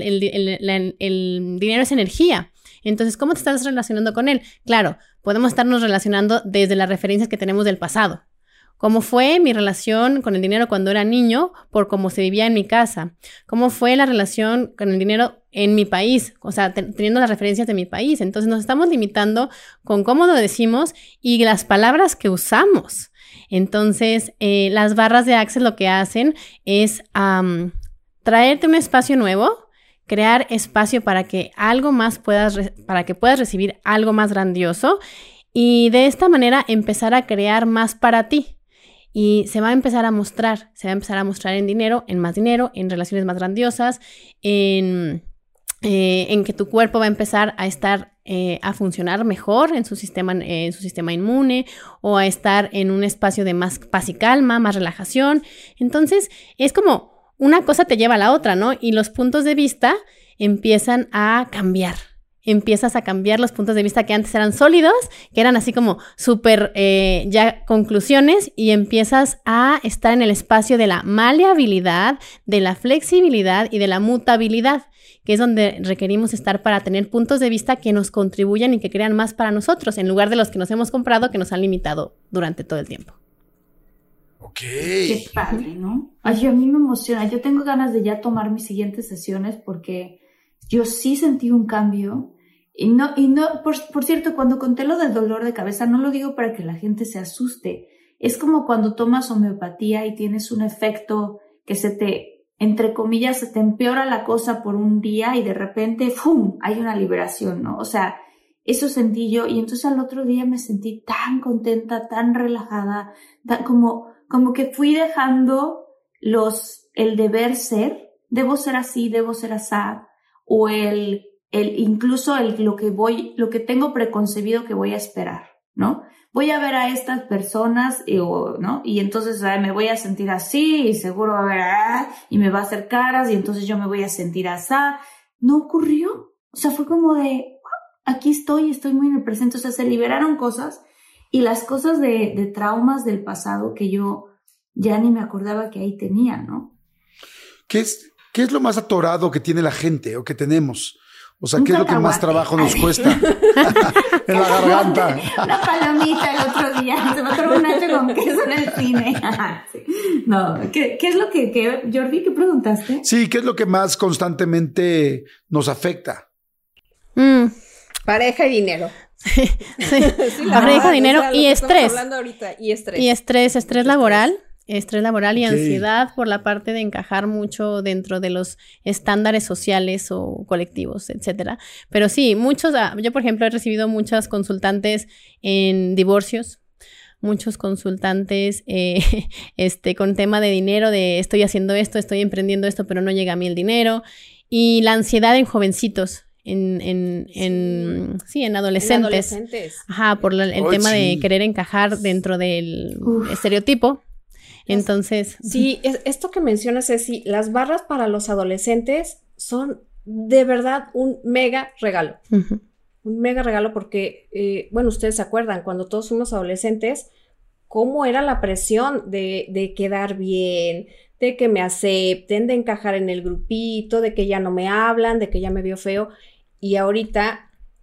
el dinero es energía. Entonces, ¿cómo te estás relacionando con él? Claro, podemos estarnos relacionando desde las referencias que tenemos del pasado. ¿Cómo fue mi relación con el dinero cuando era niño por cómo se vivía en mi casa? ¿Cómo fue la relación con el dinero en mi país? O sea, teniendo las referencias de mi país. Entonces nos estamos limitando con cómo lo decimos y las palabras que usamos. Entonces, las barras de Access lo que hacen es traerte un espacio nuevo, crear espacio para que algo más puedas recibir algo más grandioso y de esta manera empezar a crear más para ti. Y se va a empezar a mostrar en dinero, en relaciones más grandiosas, en que tu cuerpo va a empezar a estar, a funcionar mejor en su sistema inmune o a estar en un espacio de más paz y calma, más relajación. Entonces, es como una cosa te lleva a la otra, ¿no? Y los puntos de vista empiezan a cambiar. empiezas a cambiar los puntos de vista que antes eran sólidos, que eran así como súper ya conclusiones, y empiezas a estar en el espacio de la maleabilidad, de la flexibilidad y de la mutabilidad, que es donde requerimos estar para tener puntos de vista que nos contribuyan y que crean más para nosotros, en lugar de los que nos hemos comprado, que nos han limitado durante todo el tiempo.
Ok.
Qué padre, ¿no? Ay, a mí me emociona. Yo tengo ganas de ya tomar mis siguientes sesiones porque yo sí sentí un cambio. Y no, por cierto, cuando conté lo del dolor de cabeza, no lo digo para que la gente se asuste. Es como cuando tomas homeopatía y tienes un efecto que entre comillas, se te empeora la cosa por un día y de repente, ¡fum!, hay una liberación, ¿no? O sea, eso sentí yo, y entonces al otro día me sentí tan contenta, tan relajada, como que fui dejando el deber ser, debo ser así, debo ser asá, o incluso lo que tengo preconcebido que voy a esperar, ¿no? Voy a ver a estas personas, ¿no? Y entonces me voy a sentir así, y seguro va a ver, y me va a hacer caras, y entonces yo me voy a sentir asá. No ocurrió. O sea, fue como de, aquí estoy muy en el presente. O sea, se liberaron cosas, y las cosas de traumas del pasado que yo ya ni me acordaba que ahí tenía, ¿no?
¿Qué es lo más atorado que tiene la gente o que tenemos? O sea, ¿qué es lo que más trabajo nos cuesta? En la garganta.
La palomita el otro día. Se me atoró un nacho con queso en el cine. Sí. No, ¿qué es lo que Jordi, ¿qué preguntaste?
Sí, ¿qué es lo que más constantemente nos afecta?
Pareja y dinero.
Sí, pareja, dinero y estrés.
Y estrés.
Y estrés laboral. Estrés laboral y ansiedad por la parte de encajar mucho dentro de los estándares sociales o colectivos, etcétera. Pero sí, yo por ejemplo he recibido muchas consultantes en divorcios, muchos consultantes con tema de dinero, de estoy haciendo esto, estoy emprendiendo esto, pero no llega a mí el dinero. Y la ansiedad en jovencitos. En adolescentes. Ajá, por el tema de querer encajar dentro del estereotipo. Entonces...
Sí, esto que mencionas, Ceci, las barras para los adolescentes son de verdad un mega regalo. Uh-huh. Un mega regalo porque, ustedes se acuerdan, cuando todos fuimos adolescentes, cómo era la presión de quedar bien, de que me acepten, de encajar en el grupito, de que ya no me hablan, de que ya me veo feo. Y ahorita,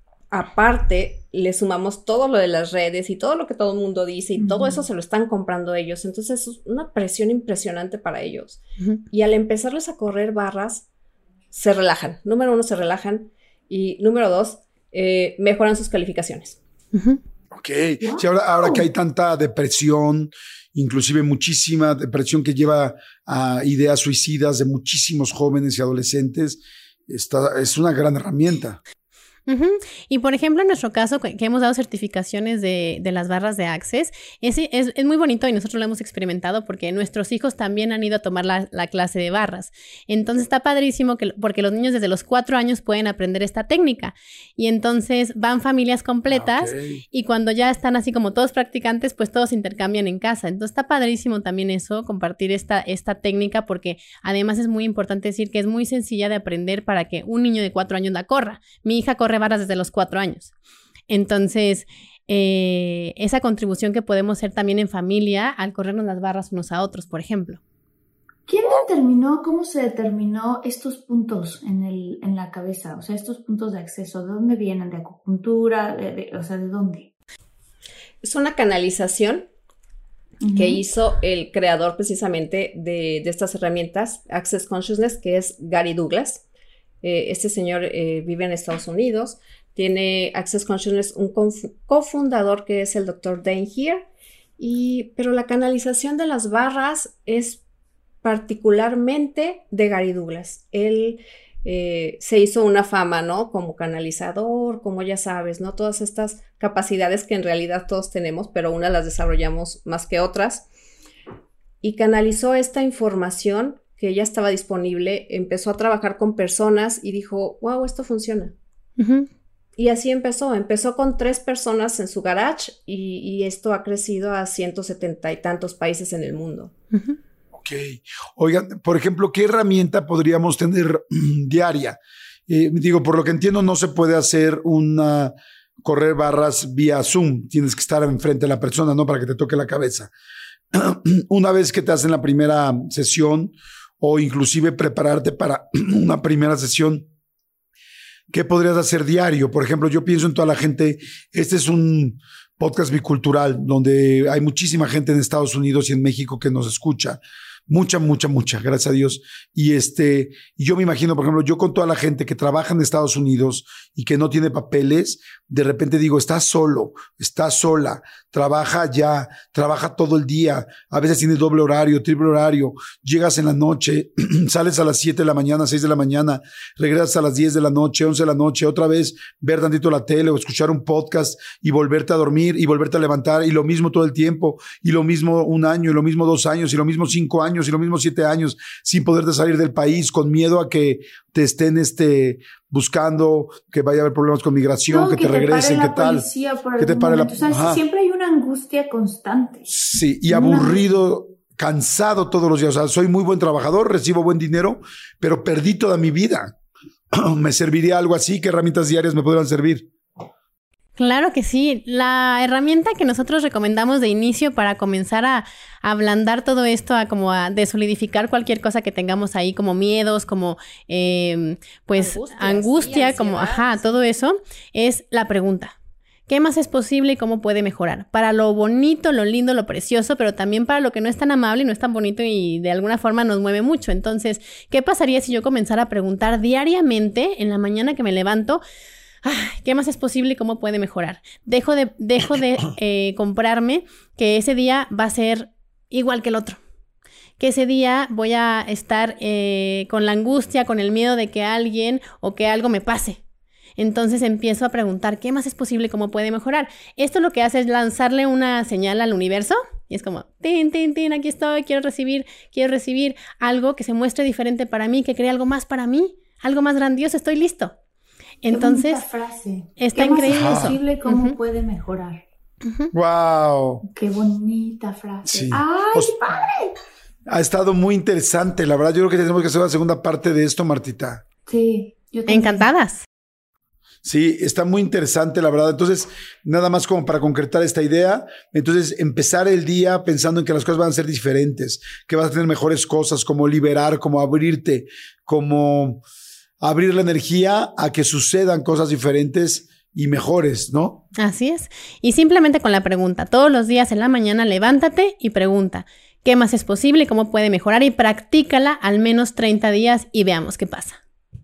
aparte, le sumamos todo lo de las redes y todo lo que todo el mundo dice y todo eso se lo están comprando ellos. Entonces es una presión impresionante para ellos. Y al empezarles a correr barras, se relajan. Número 1, se relajan. Y número 2, mejoran sus calificaciones.
Ok. Sí, ahora que hay tanta depresión, inclusive muchísima depresión que lleva a ideas suicidas de muchísimos jóvenes y adolescentes, es una gran herramienta.
Uh-huh. Y por ejemplo, en nuestro caso, que hemos dado certificaciones de las barras de Access, es muy bonito y nosotros lo hemos experimentado porque nuestros hijos también han ido a tomar la clase de barras. Entonces está padrísimo porque los niños desde los 4 años pueden aprender esta técnica. Y entonces van familias completas y cuando ya están así como todos practicantes, pues todos intercambian en casa. Entonces está padrísimo también eso, compartir esta técnica, porque además es muy importante decir que es muy sencilla de aprender para que un niño de 4 años la corra. Mi hija corre barras desde los 4 años. Entonces, esa contribución que podemos hacer también en familia al corrernos las barras unos a otros, por ejemplo.
Cómo se determinó estos puntos en la cabeza? O sea, estos puntos de acceso, ¿de dónde vienen? ¿De acupuntura? ¿de dónde?
Es una canalización que hizo el creador precisamente de estas herramientas, Access Consciousness, que es Gary Douglas. Este señor vive en Estados Unidos, tiene Access Consciousness, un cofundador que es el Dr. Dain Heer, pero la canalización de las barras es particularmente de Gary Douglas. Él se hizo una fama, ¿no? Como canalizador, como ya sabes, ¿no? Todas estas capacidades que en realidad todos tenemos, pero unas las desarrollamos más que otras. Y canalizó esta información que ya estaba disponible, empezó a trabajar con personas y dijo, wow, esto funciona. Uh-huh. Y así empezó con 3 personas en su garage y esto ha crecido a 170 y tantos países en el mundo.
Uh-huh. Ok. Oigan, por ejemplo, ¿qué herramienta podríamos tener diaria Digo, por lo que entiendo, no se puede hacer correr barras vía Zoom. Tienes que estar enfrente de la persona, ¿no? Para que te toque la cabeza. Una vez que te hacen la primera sesión o inclusive prepararte para una primera sesión, ¿qué podrías hacer diario? Por ejemplo, yo pienso en toda la gente. Este es un podcast bicultural donde hay muchísima gente en Estados Unidos y en México que nos escucha. Mucha, gracias a Dios. Y yo me imagino, por ejemplo, yo con toda la gente que trabaja en Estados Unidos y que no tiene papeles, de repente digo, estás solo, estás sola, trabaja todo el día, a veces tienes doble horario, triple horario, llegas en la noche, sales a las 7 de la mañana, 6 de la mañana, regresas a las 10 de la noche, 11 de la noche, otra vez ver tantito la tele o escuchar un podcast y volverte a dormir y volverte a levantar, y lo mismo todo el tiempo, y lo mismo un año, y lo mismo 2 años, y lo mismo 5 años, y lo mismo 7 años, sin poderte salir del país, con miedo a que te estén buscando, que vaya a haber problemas con migración,
no,
que te regresen, ¿qué tal?
Que te pare la policía. O sea, siempre hay una angustia constante.
Sí, y aburrido, cansado todos los días. O sea, soy muy buen trabajador, recibo buen dinero, pero perdí toda mi vida. ¿Me serviría algo así? ¿Qué herramientas diarias me podrían servir?
Claro que sí. La herramienta que nosotros recomendamos de inicio para comenzar a ablandar todo esto, a desolidificar cualquier cosa que tengamos ahí, como miedos, como angustia, como todo eso, es la pregunta. ¿Qué más es posible y cómo puede mejorar? Para lo bonito, lo lindo, lo precioso, pero también para lo que no es tan amable y no es tan bonito y de alguna forma nos mueve mucho. Entonces, ¿qué pasaría si yo comenzara a preguntar diariamente en la mañana que me levanto? ¿Qué más es posible y cómo puede mejorar? Dejo de comprarme que ese día va a ser igual que el otro. Que ese día voy a estar con la angustia, con el miedo de que alguien o que algo me pase. Entonces empiezo a preguntar, ¿qué más es posible y cómo puede mejorar? Esto lo que hace es lanzarle una señal al universo. Y es como, tin, tin, tin, aquí estoy, quiero recibir algo que se muestre diferente para mí, que cree algo más para mí, algo más grandioso, estoy listo. Entonces,
frase.
Está
¿Qué
increíble
más es
eso.
posible, cómo puede mejorar?
¡Wow!
¡Qué bonita frase!
Sí.
¡Ay, padre!
Ha estado muy interesante, la verdad. Yo creo que tenemos que hacer la segunda parte de esto, Martita.
Sí, yo también.
Encantadas.
Sí, está muy interesante, la verdad. Entonces, nada más como para concretar esta idea, entonces empezar el día pensando en que las cosas van a ser diferentes, que vas a tener mejores cosas, como liberar, como abrirte, como abrir la energía a que sucedan cosas diferentes y mejores, ¿no?
Así es. Y simplemente con la pregunta, todos los días en la mañana levántate y pregunta, ¿qué más es posible y cómo puede mejorar? Y practícala al menos 30 días y veamos qué pasa.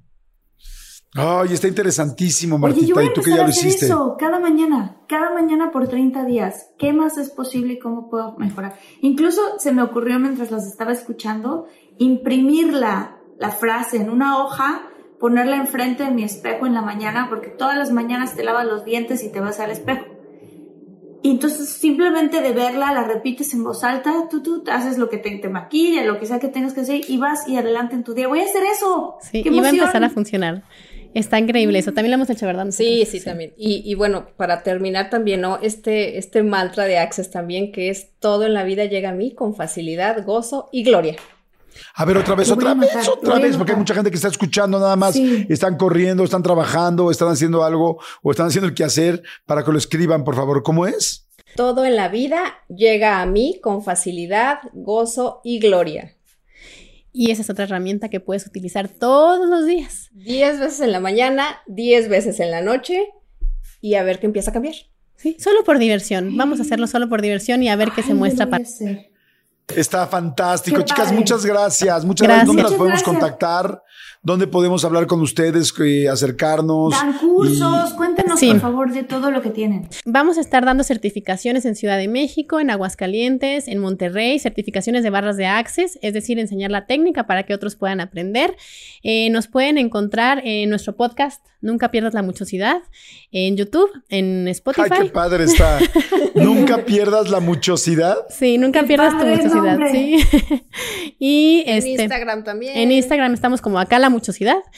Ay, está interesantísimo, Martita.
Oye, yo voy a
¿Y tú que
empezar
ya
a
lo
hacer
hiciste?
eso cada mañana por 30 días. ¿Qué más es posible y cómo puedo mejorar? Incluso se me ocurrió mientras las estaba escuchando, imprimir la frase en una hoja, ponerla enfrente de mi espejo en la mañana, porque todas las mañanas te lavas los dientes y te vas al espejo. Y entonces simplemente de verla, la repites en voz alta, tú haces lo que te maquilla, lo que sea que tengas que hacer y vas y adelante en tu día. Voy a hacer eso.
Sí,
¡qué
y va a
emoción!
empezar a funcionar. Está increíble eso. También lo hemos hecho, ¿verdad?
Sí, también. Y bueno, para terminar también, ¿no? Este mantra de Access también, que es todo en la vida llega a mí con facilidad, gozo y gloria.
A ver, otra vez, porque hay mucha gente que está escuchando nada más, están corriendo, están trabajando, están haciendo algo o están haciendo el quehacer para que lo escriban, por favor. ¿Cómo es?
Todo en la vida llega a mí con facilidad, gozo y gloria.
Y esa es otra herramienta que puedes utilizar todos los días.
10 veces en la mañana, 10 veces en la noche y a ver qué empieza a cambiar.
Sí, solo por diversión. Vamos a hacerlo solo por diversión y a ver qué se muestra para.
Está fantástico.
Qué
Chicas,
padre.
muchas gracias.
Gracias.
¿Dónde las
Muchas
podemos
gracias.
contactar? ¿Dónde podemos hablar con ustedes, acercarnos?
Dan cursos, cuéntenos
Sí.
por favor de todo lo que tienen.
Vamos a estar dando certificaciones en Ciudad de México, en Aguascalientes, en Monterrey, certificaciones de barras de Access, es decir, enseñar la técnica para que otros puedan aprender. Nos pueden encontrar en nuestro podcast, Nunca pierdas la muchosidad, en YouTube, en Spotify.
Ay, qué padre está. Nunca pierdas la muchosidad.
Sí, nunca
Qué
pierdas tu
padre
muchosidad,
nombre.
sí. Y
En Instagram también.
en Instagram estamos como acá la muchosidad.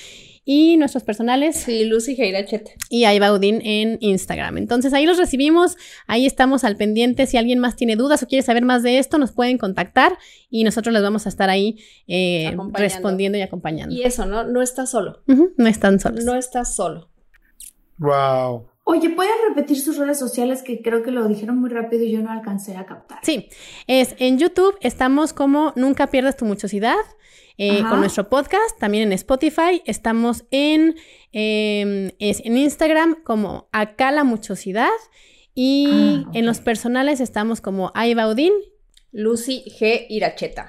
y nuestros personales.
Sí, Lucy G. Iracheta.
Y Aiva Udin en Instagram. Entonces ahí los recibimos, ahí estamos al pendiente. Si alguien más tiene dudas o quiere saber más de esto, nos pueden contactar y nosotros les vamos a estar ahí respondiendo y acompañando.
Y eso, no estás solo.
No están solos.
No estás solo.
Wow.
Oye, ¿pueden repetir sus redes sociales? Que creo que lo dijeron muy rápido y yo no alcancé a captar.
Sí, en YouTube estamos como Nunca Pierdas Tu Muchosidad, con nuestro podcast, también en Spotify. Estamos en Instagram como Acá la Muchosidad y en los personales estamos como Aiva Udin,
Lucy G. Iracheta.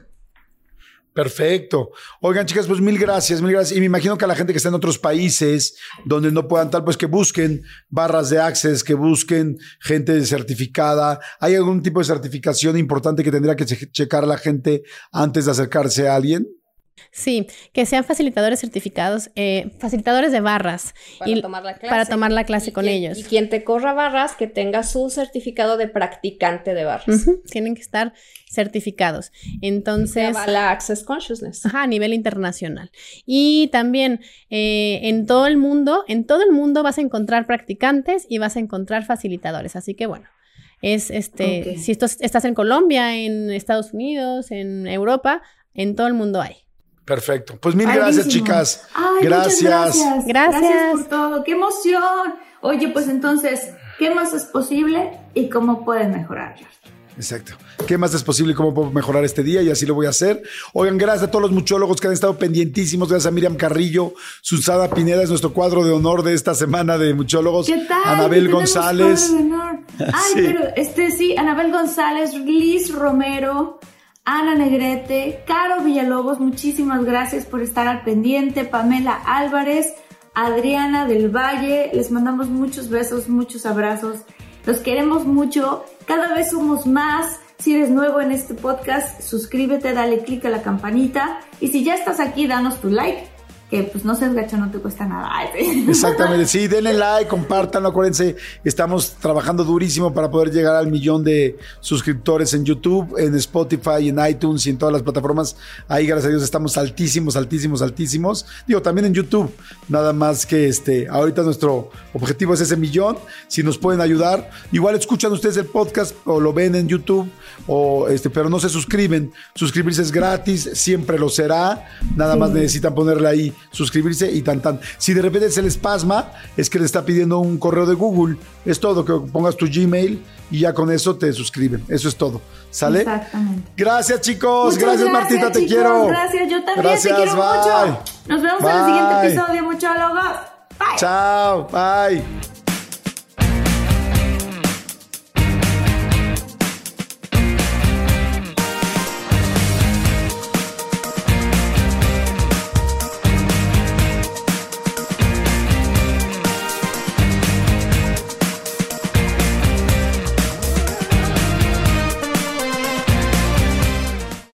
Perfecto. Oigan, chicas, pues mil gracias. Y me imagino que a la gente que está en otros países donde no puedan tal, pues que busquen barras de Access, que busquen gente certificada. ¿Hay algún tipo de certificación importante que tendría que checar la gente antes de acercarse a alguien?
Sí, que sean facilitadores certificados, facilitadores de barras. Para tomar la clase con ellos.
Y quien te corra barras, que tenga su certificado de practicante de barras.
Tienen que estar certificados. Entonces...
la Access Consciousness.
A nivel internacional. Y también en todo el mundo vas a encontrar practicantes y vas a encontrar facilitadores. Así que bueno, si estás en Colombia, en Estados Unidos, en Europa, en todo el mundo hay.
Perfecto. Pues mil gracias, chicas.
Ay,
gracias.
Gracias por todo. ¡Qué emoción! Oye, pues entonces, ¿qué más es posible y cómo pueden mejorar, Jordi?
Exacto. ¿Qué más es posible y cómo puedo mejorar este día? Y así lo voy a hacer. Oigan, gracias a todos los muchólogos que han estado pendientísimos. Gracias a Miriam Carrillo. Susana Pineda es nuestro cuadro de honor de esta semana de muchólogos.
¿Qué tal?
Anabel González.
Cuadro de honor. Ay, pero Anabel González, Liz Romero, Ana Negrete, Caro Villalobos, muchísimas gracias por estar al pendiente. Pamela Álvarez, Adriana del Valle, les mandamos muchos besos, muchos abrazos. Los queremos mucho, cada vez somos más. Si eres nuevo en este podcast, suscríbete, dale click a la campanita. Y si ya estás aquí, danos tu like, que pues no seas gacho, no te cuesta nada.
Exactamente, sí, denle like, compártanlo, acuérdense, estamos trabajando durísimo para poder llegar al 1,000,000 de suscriptores en YouTube, en Spotify, en iTunes y en todas las plataformas. Ahí, gracias a Dios, estamos altísimos. Digo, también en YouTube, nada más que ahorita nuestro objetivo es ese 1,000,000. Si nos pueden ayudar, igual escuchan ustedes el podcast o lo ven en YouTube, pero no se suscriben. Suscribirse es gratis, siempre lo será, nada más necesitan ponerle ahí suscribirse y tan. Si de repente se les pasma, es que le está pidiendo un correo de Google. Es todo, que pongas tu Gmail y ya con eso te suscriben. Eso es todo. ¿Sale?
Exactamente.
Gracias, chicos. Gracias, Martita, te quiero.
Gracias, yo también te quiero mucho. Nos vemos en el siguiente episodio, muchólogos. Bye.
Chao, bye.